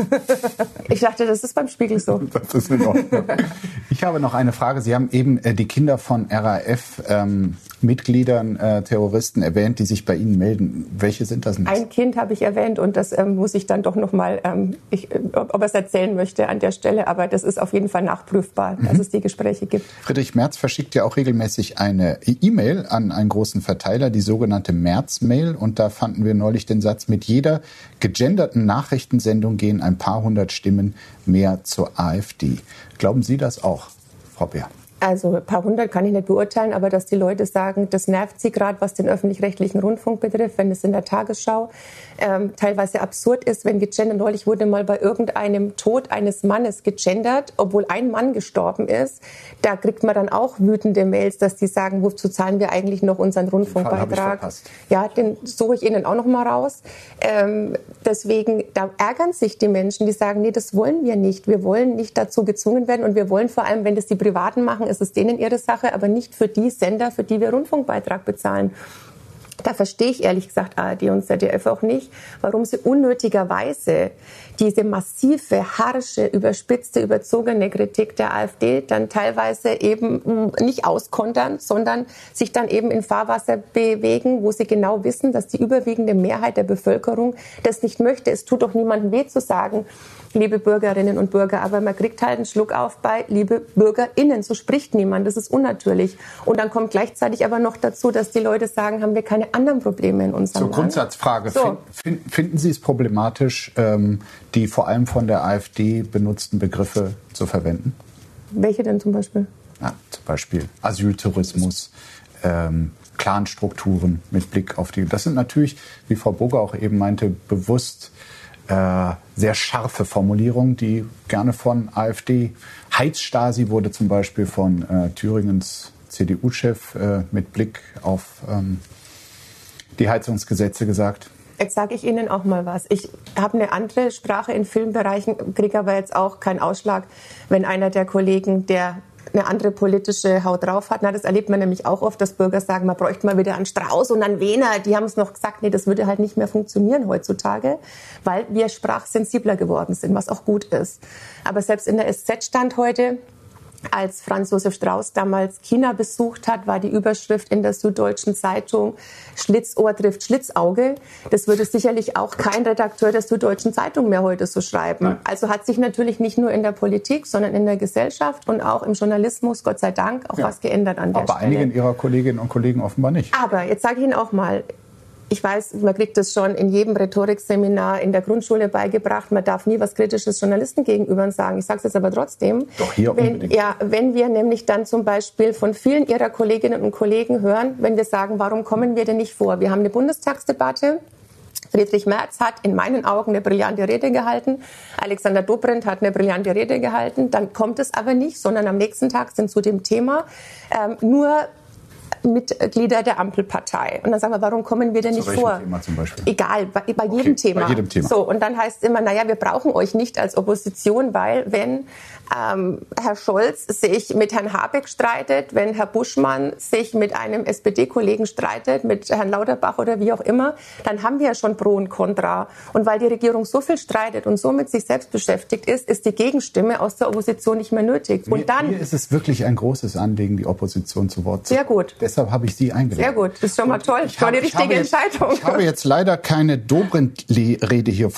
Ich dachte, das ist beim Spiegel so. Das ist in Ordnung. Ich habe noch eine Frage. Sie haben eben die Kinder von RAF-Mitgliedern, Terroristen erwähnt, die sich bei Ihnen melden. Welche sind das nicht? Ein Kind habe ich erwähnt und das muss ich dann doch noch mal, ob er es erzählen möchte an der Stelle, aber das ist auf jeden Fall nachprüfbar, dass es die Gespräche gibt. Friedrich Merz verschickt ja auch regelmäßig eine E-Mail an einen großen Verteiler, die sogenannte Merz-Mail. Und da fanden wir neulich den Satz, mit jeder gegenderten Nachrichtensendung gehen ein paar hundert Stimmen mehr zur AfD. Glauben Sie das auch, Frau Beer? Also ein paar hundert kann ich nicht beurteilen, aber dass die Leute sagen, das nervt sie gerade, was den öffentlich-rechtlichen Rundfunk betrifft, wenn es in der Tagesschau teilweise absurd ist, wenn gegendert, neulich wurde mal bei irgendeinem Tod eines Mannes gegendert, obwohl ein Mann gestorben ist, da kriegt man dann auch wütende Mails, dass die sagen, wozu zahlen wir eigentlich noch unseren Rundfunkbeitrag? Ja, den suche ich Ihnen auch noch mal raus. Deswegen, da ärgern sich die Menschen, die sagen, nee, das wollen wir nicht. Wir wollen nicht dazu gezwungen werden und wir wollen vor allem, wenn das die Privaten machen, ist es denen ihre Sache, aber nicht für die Sender, für die wir Rundfunkbeitrag bezahlen. Da verstehe ich ehrlich gesagt ARD und ZDF auch nicht, warum sie unnötigerweise diese massive, harsche, überspitzte, überzogene Kritik der AfD dann teilweise eben nicht auskontern, sondern sich dann eben in Fahrwasser bewegen, wo sie genau wissen, dass die überwiegende Mehrheit der Bevölkerung das nicht möchte. Es tut doch niemandem weh zu sagen, liebe Bürgerinnen und Bürger, aber man kriegt halt einen Schluck auf bei liebe BürgerInnen. So spricht niemand, das ist unnatürlich. Und dann kommt gleichzeitig aber noch dazu, dass die Leute sagen, haben wir keine anderen Probleme in unserem Land. Grundsatzfrage. So. Finden Sie es problematisch, die vor allem von der AfD benutzten Begriffe zu verwenden? Welche denn zum Beispiel? Ja, zum Beispiel Asyltourismus, Clanstrukturen mit Blick auf die. Das sind natürlich, wie Frau Burger auch eben meinte, bewusst sehr scharfe Formulierungen, die gerne von AfD. Heizstasi wurde zum Beispiel von Thüringens CDU-Chef mit Blick auf die Heizungsgesetze gesagt. Jetzt sage ich Ihnen auch mal was. Ich habe eine andere Sprache in Filmbereichen, kriege aber jetzt auch keinen Ausschlag, wenn einer der Kollegen, der eine andere politische Haut drauf hat. Na, das erlebt man nämlich auch oft, dass Bürger sagen, man bräuchte mal wieder einen Strauß und einen Wehner. Die haben es noch gesagt, nee, das würde halt nicht mehr funktionieren heutzutage, weil wir sprachsensibler geworden sind, was auch gut ist. Aber selbst in der SZ stand heute, als Franz Josef Strauß damals China besucht hat, war die Überschrift in der Süddeutschen Zeitung, Schlitzohr trifft Schlitzauge. Das würde sicherlich auch kein Redakteur der Süddeutschen Zeitung mehr heute so schreiben. Nein. Also hat sich natürlich nicht nur in der Politik, sondern in der Gesellschaft und auch im Journalismus, Gott sei Dank, auch was geändert an der Stelle. Aber einigen Ihrer Kolleginnen und Kollegen offenbar nicht. Aber jetzt sage ich Ihnen auch mal, ich weiß, man kriegt das schon in jedem Rhetorikseminar in der Grundschule beigebracht. Man darf nie was Kritisches Journalisten gegenüber sagen. Ich sage es jetzt aber trotzdem. Doch, hier unbedingt. Wenn wir nämlich dann zum Beispiel von vielen Ihrer Kolleginnen und Kollegen hören, wenn wir sagen, warum kommen wir denn nicht vor? Wir haben eine Bundestagsdebatte. Friedrich Merz hat in meinen Augen eine brillante Rede gehalten. Alexander Dobrindt hat eine brillante Rede gehalten. Dann kommt es aber nicht, sondern am nächsten Tag sind zu dem Thema nur Mitglieder der Ampelpartei. Und dann sagen wir, warum kommen wir denn nicht vor? Thema zum Beispiel? Egal, bei jedem Thema. Bei jedem Thema. So, und dann heißt es immer, naja, wir brauchen euch nicht als Opposition, weil wenn Herr Scholz sich mit Herrn Habeck streitet, wenn Herr Buschmann sich mit einem SPD-Kollegen streitet, mit Herrn Lauterbach oder wie auch immer, dann haben wir ja schon Pro und Contra. Und weil die Regierung so viel streitet und so mit sich selbst beschäftigt ist die Gegenstimme aus der Opposition nicht mehr nötig. Und mir ist es wirklich ein großes Anliegen, die Opposition zu Wort zu kommen. Sehr gut. Deshalb habe ich Sie eingeladen. Sehr gut, das ist schon mal toll. Das war die richtige Entscheidung. Ich habe jetzt leider keine Dobrindt-Rede hier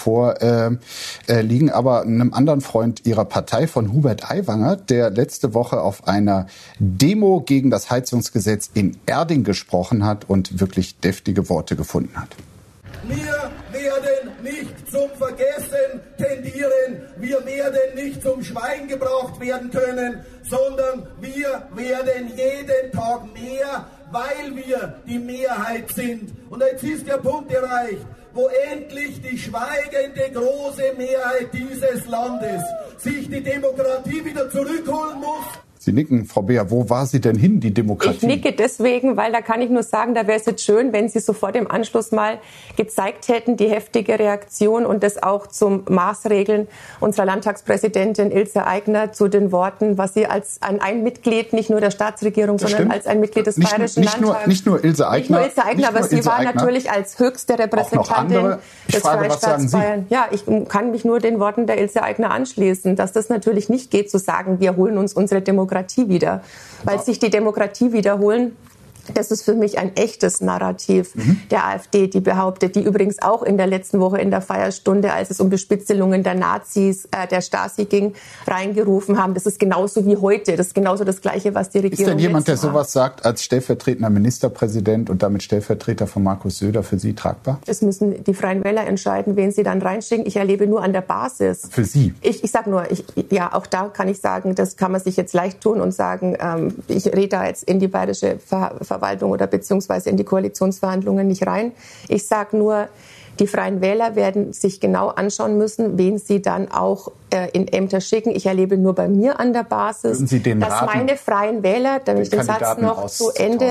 liegen, aber einem anderen Freund Ihrer Partei, von Hubert Aiwanger, der letzte Woche auf einer Demo gegen das Heizungsgesetz in Erding gesprochen hat und wirklich deftige Worte gefunden hat. Wir werden nicht zum Vergessen tendieren, wir werden nicht zum Schweigen gebracht werden können, sondern wir werden jeden Tag mehr, weil wir die Mehrheit sind. Und jetzt ist der Punkt erreicht, wo endlich die schweigende große Mehrheit dieses Landes sich die Demokratie wieder zurückholen muss. Sie nicken, Frau Beer. Wo war sie denn hin, die Demokratie? Ich nicke deswegen, weil da kann ich nur sagen, da wäre es jetzt schön, wenn Sie sofort im Anschluss mal gezeigt hätten, die heftige Reaktion und das auch zum Maßregeln unserer Landtagspräsidentin Ilse Aigner zu den Worten, was sie als ein Mitglied, nicht nur der Staatsregierung, sondern als ein Mitglied des Bayerischen Landtags. Nicht nur Ilse Aigner. Nicht nur Ilse Aigner, aber sie war natürlich als höchste Repräsentantin des Freistaats Bayern. Ja, ich kann mich nur den Worten der Ilse Aigner anschließen, dass das natürlich nicht geht, zu sagen, wir holen uns unsere Demokratie wieder. Weil sich die Demokratie wiederholen, das ist für mich ein echtes Narrativ der AfD, die behauptet, die übrigens auch in der letzten Woche in der Feierstunde, als es um Bespitzelungen der Nazis, der Stasi ging, reingerufen haben. Das ist genauso wie heute. Das ist genauso das Gleiche, was die Regierung Ist denn jemand, der sowas sagt, als stellvertretender Ministerpräsident und damit Stellvertreter von Markus Söder für Sie tragbar? Das müssen die Freien Wähler entscheiden, wen sie dann reinschicken. Ich erlebe nur an der Basis. Für Sie? Ich sag nur, ja, auch da kann ich sagen, das kann man sich jetzt leicht tun und sagen, ich rede da jetzt in die bayerische Verwaltung oder beziehungsweise in die Koalitionsverhandlungen nicht rein. Ich sage nur, die Freien Wähler werden sich genau anschauen müssen, wen sie dann auch in Ämter schicken. Ich erlebe nur bei mir an der Basis, dass meine Freien Wähler, damit ich den Satz noch zu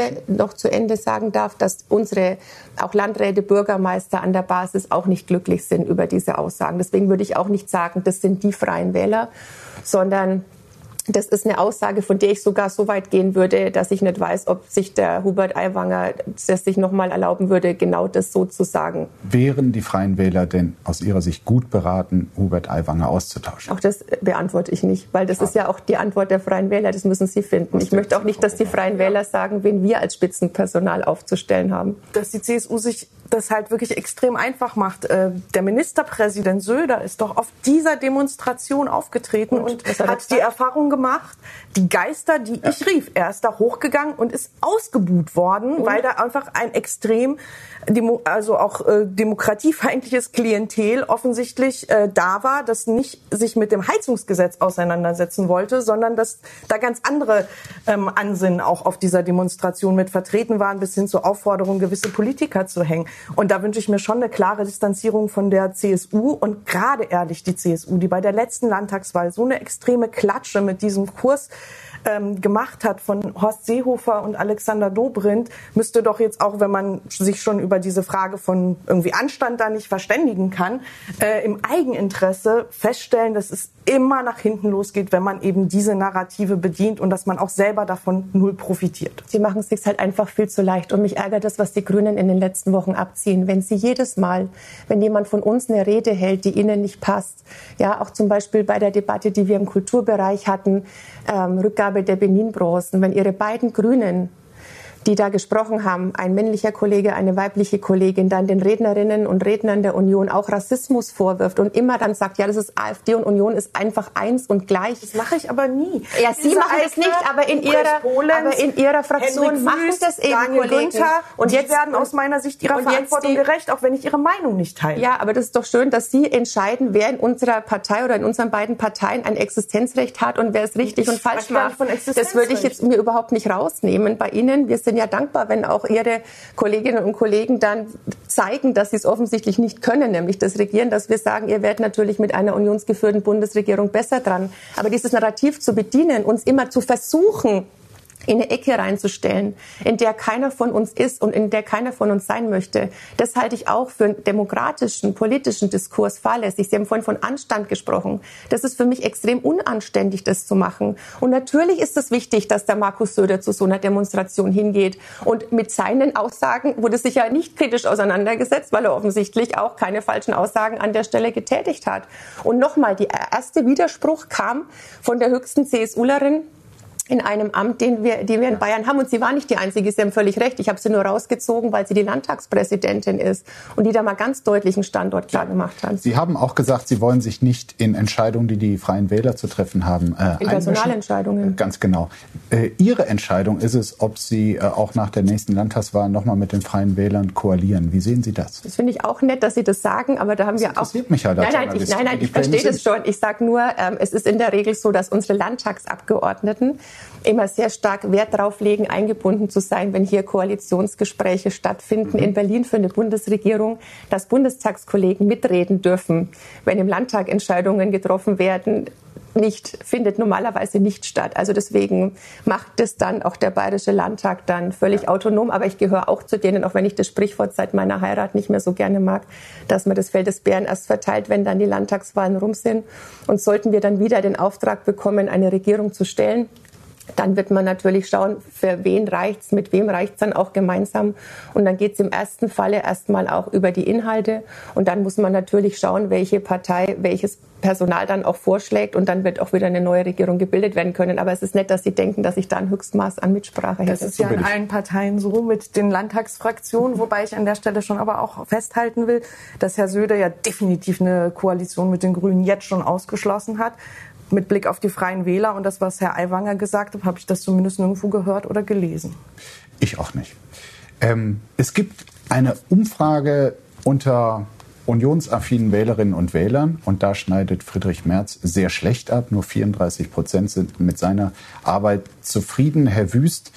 Ende sagen darf, dass unsere auch Landräte, Bürgermeister an der Basis auch nicht glücklich sind über diese Aussagen. Deswegen würde ich auch nicht sagen, das sind die Freien Wähler, sondern das ist eine Aussage, von der ich sogar so weit gehen würde, dass ich nicht weiß, ob sich der Hubert Aiwanger das sich noch mal erlauben würde, genau das so zu sagen. Wären die Freien Wähler denn aus Ihrer Sicht gut beraten, Hubert Aiwanger auszutauschen? Auch das beantworte ich nicht, weil das ist ja auch die Antwort der Freien Wähler, das müssen Sie finden. Ich möchte auch nicht, dass die Freien Wähler sagen, wen wir als Spitzenpersonal aufzustellen haben. Dass die CSU sich das halt wirklich extrem einfach macht. Der Ministerpräsident Söder ist doch auf dieser Demonstration aufgetreten und hat die Erfahrung gemacht, die Geister, die ich rief, er ist da hochgegangen und ist ausgebuht worden, weil da einfach ein extrem, also auch demokratiefeindliches Klientel offensichtlich da war, das nicht sich mit dem Heizungsgesetz auseinandersetzen wollte, sondern dass da ganz andere Ansinnen auch auf dieser Demonstration mit vertreten waren, bis hin zur Aufforderung, gewisse Politiker zu hängen. Und da wünsche ich mir schon eine klare Distanzierung von der CSU und gerade ehrlich die CSU, die bei der letzten Landtagswahl so eine extreme Klatsche mit diesem Kurs gemacht hat von Horst Seehofer und Alexander Dobrindt, müsste doch jetzt auch, wenn man sich schon über diese Frage von irgendwie Anstand da nicht verständigen kann, im Eigeninteresse feststellen, dass es immer nach hinten losgeht, wenn man eben diese Narrative bedient und dass man auch selber davon null profitiert. Sie machen es sich halt einfach viel zu leicht und mich ärgert das, was die Grünen in den letzten Wochen abziehen. Wenn sie jedes Mal, wenn jemand von uns eine Rede hält, die ihnen nicht passt, ja, auch zum Beispiel bei der Debatte, die wir im Kulturbereich hatten, Rückgabe der Benin-Bronzen, wenn ihre beiden Grünen, die da gesprochen haben, ein männlicher Kollege, eine weibliche Kollegin, dann den Rednerinnen und Rednern der Union auch Rassismus vorwirft und immer dann sagt, ja, das ist AfD und Union ist einfach eins und gleich. Das mache ich aber nie. Ja, Sie machen das nicht, aber in Ihrer Fraktion machen das eben Daniel Kollegen. Günther, und jetzt werden aus meiner Sicht ihrer Verantwortung gerecht, auch wenn ich ihre Meinung nicht teile. Ja, aber das ist doch schön, dass Sie entscheiden, wer in unserer Partei oder in unseren beiden Parteien ein Existenzrecht hat und wer es richtig und falsch macht. Das würde ich jetzt mir überhaupt nicht rausnehmen bei Ihnen. Wir sind ja dankbar, wenn auch Ihre Kolleginnen und Kollegen dann zeigen, dass sie es offensichtlich nicht können, nämlich das Regieren, dass wir sagen, ihr werdet natürlich mit einer unionsgeführten Bundesregierung besser dran. Aber dieses Narrativ zu bedienen, uns immer zu versuchen, in eine Ecke reinzustellen, in der keiner von uns ist und in der keiner von uns sein möchte. Das halte ich auch für einen demokratischen, politischen Diskurs fahrlässig. Sie haben vorhin von Anstand gesprochen. Das ist für mich extrem unanständig, das zu machen. Und natürlich ist es wichtig, dass der Markus Söder zu so einer Demonstration hingeht und mit seinen Aussagen wurde sich ja nicht kritisch auseinandergesetzt, weil er offensichtlich auch keine falschen Aussagen an der Stelle getätigt hat. Und nochmal, der erste Widerspruch kam von der höchsten CSUlerin, in einem Amt, den wir in Bayern haben. Und sie war nicht die Einzige, Sie haben völlig recht. Ich habe sie nur rausgezogen, weil sie die Landtagspräsidentin ist und die da mal ganz deutlich einen Standort klar gemacht hat. Sie haben auch gesagt, Sie wollen sich nicht in Entscheidungen, die die Freien Wähler zu treffen haben, in Personalentscheidungen. Ganz genau. Ihre Entscheidung ist es, ob Sie auch nach der nächsten Landtagswahl nochmal mit den Freien Wählern koalieren. Wie sehen Sie das? Das finde ich auch nett, dass Sie das sagen, aber da haben wir auch... Das interessiert mich halt als Journalist. Nein, ich verstehe das schon. Ich sage nur, es ist in der Regel so, dass unsere Landtagsabgeordneten immer sehr stark Wert darauf legen, eingebunden zu sein, wenn hier Koalitionsgespräche stattfinden in Berlin für eine Bundesregierung, dass Bundestagskollegen mitreden dürfen, wenn im Landtag Entscheidungen getroffen werden, findet normalerweise nicht statt. Also deswegen macht es dann auch der Bayerische Landtag dann völlig autonom. Aber ich gehöre auch zu denen, auch wenn ich das Sprichwort seit meiner Heirat nicht mehr so gerne mag, dass man das Fell des Bären erst verteilt, wenn dann die Landtagswahlen rum sind. Und sollten wir dann wieder den Auftrag bekommen, eine Regierung zu stellen, dann wird man natürlich schauen, für wen reicht's, mit wem reicht's dann auch gemeinsam. Und dann geht's im ersten Falle erstmal auch über die Inhalte. Und dann muss man natürlich schauen, welche Partei welches Personal dann auch vorschlägt. Und dann wird auch wieder eine neue Regierung gebildet werden können. Aber es ist nett, dass Sie denken, dass ich da ein Höchstmaß an Mitsprache hätte. Das ist ja in allen Parteien so mit den Landtagsfraktionen. Wobei ich an der Stelle schon aber auch festhalten will, dass Herr Söder ja definitiv eine Koalition mit den Grünen jetzt schon ausgeschlossen hat. Mit Blick auf die Freien Wähler und das, was Herr Aiwanger gesagt hat, habe ich das zumindest nirgendwo gehört oder gelesen. Ich auch nicht. Es gibt eine Umfrage unter unionsaffinen Wählerinnen und Wählern und da schneidet Friedrich Merz sehr schlecht ab. Nur 34% sind mit seiner Arbeit zufrieden. Herr Wüst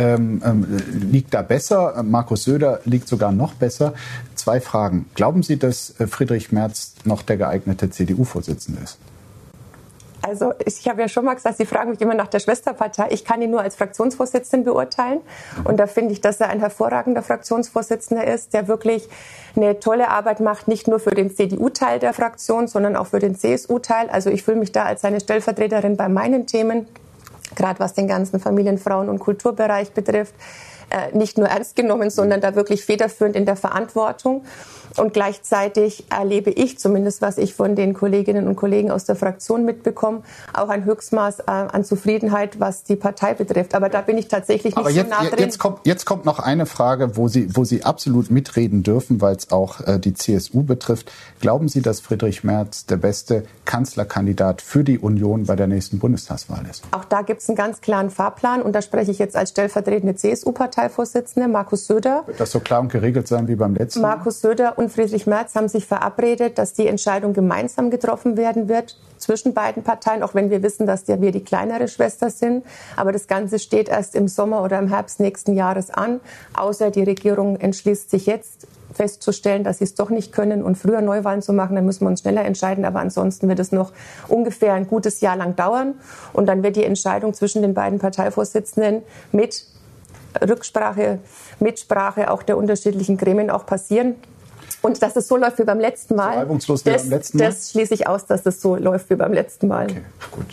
liegt da besser. Markus Söder liegt sogar noch besser. 2 Fragen. Glauben Sie, dass Friedrich Merz noch der geeignete CDU-Vorsitzende ist? Also ich habe ja schon mal gesagt, Sie fragen mich immer nach der Schwesterpartei. Ich kann ihn nur als Fraktionsvorsitzenden beurteilen. Und da finde ich, dass er ein hervorragender Fraktionsvorsitzender ist, der wirklich eine tolle Arbeit macht, nicht nur für den CDU-Teil der Fraktion, sondern auch für den CSU-Teil. Also ich fühle mich da als seine Stellvertreterin bei meinen Themen, gerade was den ganzen Familien-, Frauen- und Kulturbereich betrifft, nicht nur ernst genommen, sondern da wirklich federführend in der Verantwortung. Und gleichzeitig erlebe ich zumindest, was ich von den Kolleginnen und Kollegen aus der Fraktion mitbekomme, auch ein Höchstmaß an Zufriedenheit, was die Partei betrifft. Aber da bin ich tatsächlich nicht so nah drin. Jetzt kommt noch eine Frage, wo Sie absolut mitreden dürfen, weil es auch die CSU betrifft. Glauben Sie, dass Friedrich Merz der beste Kanzlerkandidat für die Union bei der nächsten Bundestagswahl ist? Auch da gibt es einen ganz klaren Fahrplan. Und da spreche ich jetzt als stellvertretende CSU-Parteivorsitzende, Markus Söder. Wird das so klar und geregelt sein wie beim letzten Mal? Markus Söder und Friedrich Merz haben sich verabredet, dass die Entscheidung gemeinsam getroffen werden wird zwischen beiden Parteien, auch wenn wir wissen, dass wir die kleinere Schwester sind. Aber das Ganze steht erst im Sommer oder im Herbst nächsten Jahres an. Außer die Regierung entschließt sich jetzt festzustellen, dass sie es doch nicht können und früher Neuwahlen zu machen, dann müssen wir uns schneller entscheiden. Aber ansonsten wird es noch ungefähr ein gutes Jahr lang dauern. Und dann wird die Entscheidung zwischen den beiden Parteivorsitzenden mit Rücksprache, Mitsprache auch der unterschiedlichen Gremien auch passieren. Und dass es so läuft wie beim letzten Mal, so reibungslos wie beim letzten Mal? Das schließe ich aus, dass es so läuft wie beim letzten Mal. Okay, gut.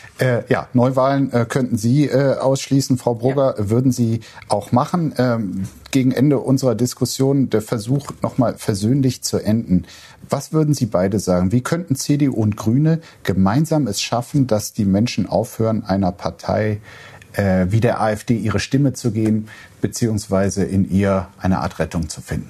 Neuwahlen könnten Sie ausschließen, Frau Brugger, würden Sie auch machen. Gegen Ende unserer Diskussion der Versuch, nochmal versöhnlich zu enden. Was würden Sie beide sagen? Wie könnten CDU und Grüne gemeinsam es schaffen, dass die Menschen aufhören, einer Partei wie der AfD ihre Stimme zu geben, beziehungsweise in ihr eine Art Rettung zu finden?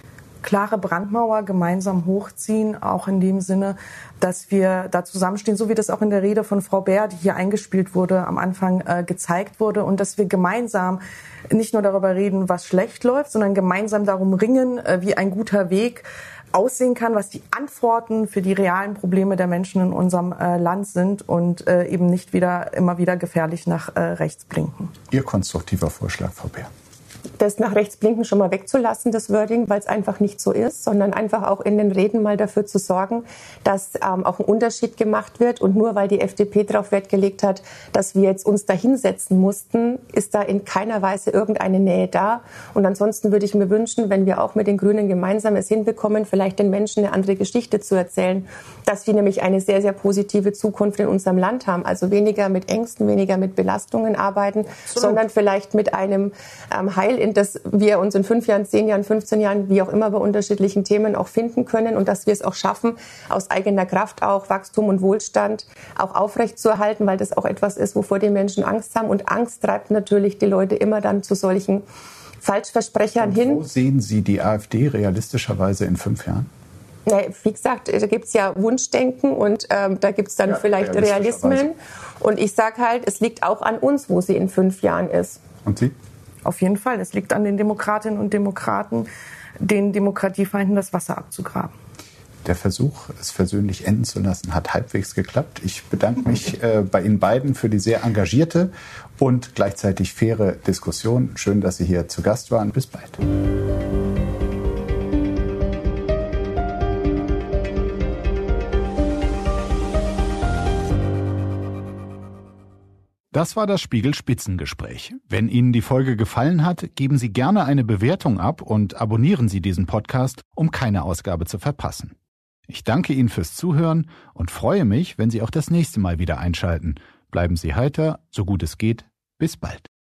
Klare Brandmauer gemeinsam hochziehen, auch in dem Sinne, dass wir da zusammenstehen, so wie das auch in der Rede von Frau Baer, die hier eingespielt wurde, am Anfang gezeigt wurde, und dass wir gemeinsam nicht nur darüber reden, was schlecht läuft, sondern gemeinsam darum ringen, wie ein guter Weg aussehen kann, was die Antworten für die realen Probleme der Menschen in unserem Land sind und eben nicht immer wieder gefährlich nach rechts blinken. Ihr konstruktiver Vorschlag, Frau Baer? Das nach rechts blinken schon mal wegzulassen, das Wording, weil es einfach nicht so ist, sondern einfach auch in den Reden mal dafür zu sorgen, dass auch ein Unterschied gemacht wird. Und nur weil die FDP darauf Wert gelegt hat, dass wir jetzt uns da hinsetzen mussten, ist da in keiner Weise irgendeine Nähe da. Und ansonsten würde ich mir wünschen, wenn wir auch mit den Grünen gemeinsam es hinbekommen, vielleicht den Menschen eine andere Geschichte zu erzählen, dass wir nämlich eine sehr, sehr positive Zukunft in unserem Land haben. Also weniger mit Ängsten, weniger mit Belastungen arbeiten, sondern vielleicht mit einem Heil, in das wir uns in 5 Jahren, 10 Jahren, 15 Jahren, wie auch immer, bei unterschiedlichen Themen auch finden können und dass wir es auch schaffen, aus eigener Kraft auch Wachstum und Wohlstand auch aufrechtzuerhalten, weil das auch etwas ist, wovor die Menschen Angst haben. Und Angst treibt natürlich die Leute immer dann zu solchen Falschversprechern hin. Wo sehen Sie die AfD realistischerweise in 5 Jahren? Wie gesagt, da gibt es ja Wunschdenken und da gibt es dann vielleicht Realismen. Und ich sage halt, es liegt auch an uns, wo sie in 5 Jahren ist. Und Sie? Auf jeden Fall. Es liegt an den Demokratinnen und Demokraten, den Demokratiefeinden das Wasser abzugraben. Der Versuch, es versöhnlich enden zu lassen, hat halbwegs geklappt. Ich bedanke mich bei Ihnen beiden für die sehr engagierte und gleichzeitig faire Diskussion. Schön, dass Sie hier zu Gast waren. Bis bald. Das war das Spiegel-Spitzengespräch. Wenn Ihnen die Folge gefallen hat, geben Sie gerne eine Bewertung ab und abonnieren Sie diesen Podcast, um keine Ausgabe zu verpassen. Ich danke Ihnen fürs Zuhören und freue mich, wenn Sie auch das nächste Mal wieder einschalten. Bleiben Sie heiter, so gut es geht. Bis bald.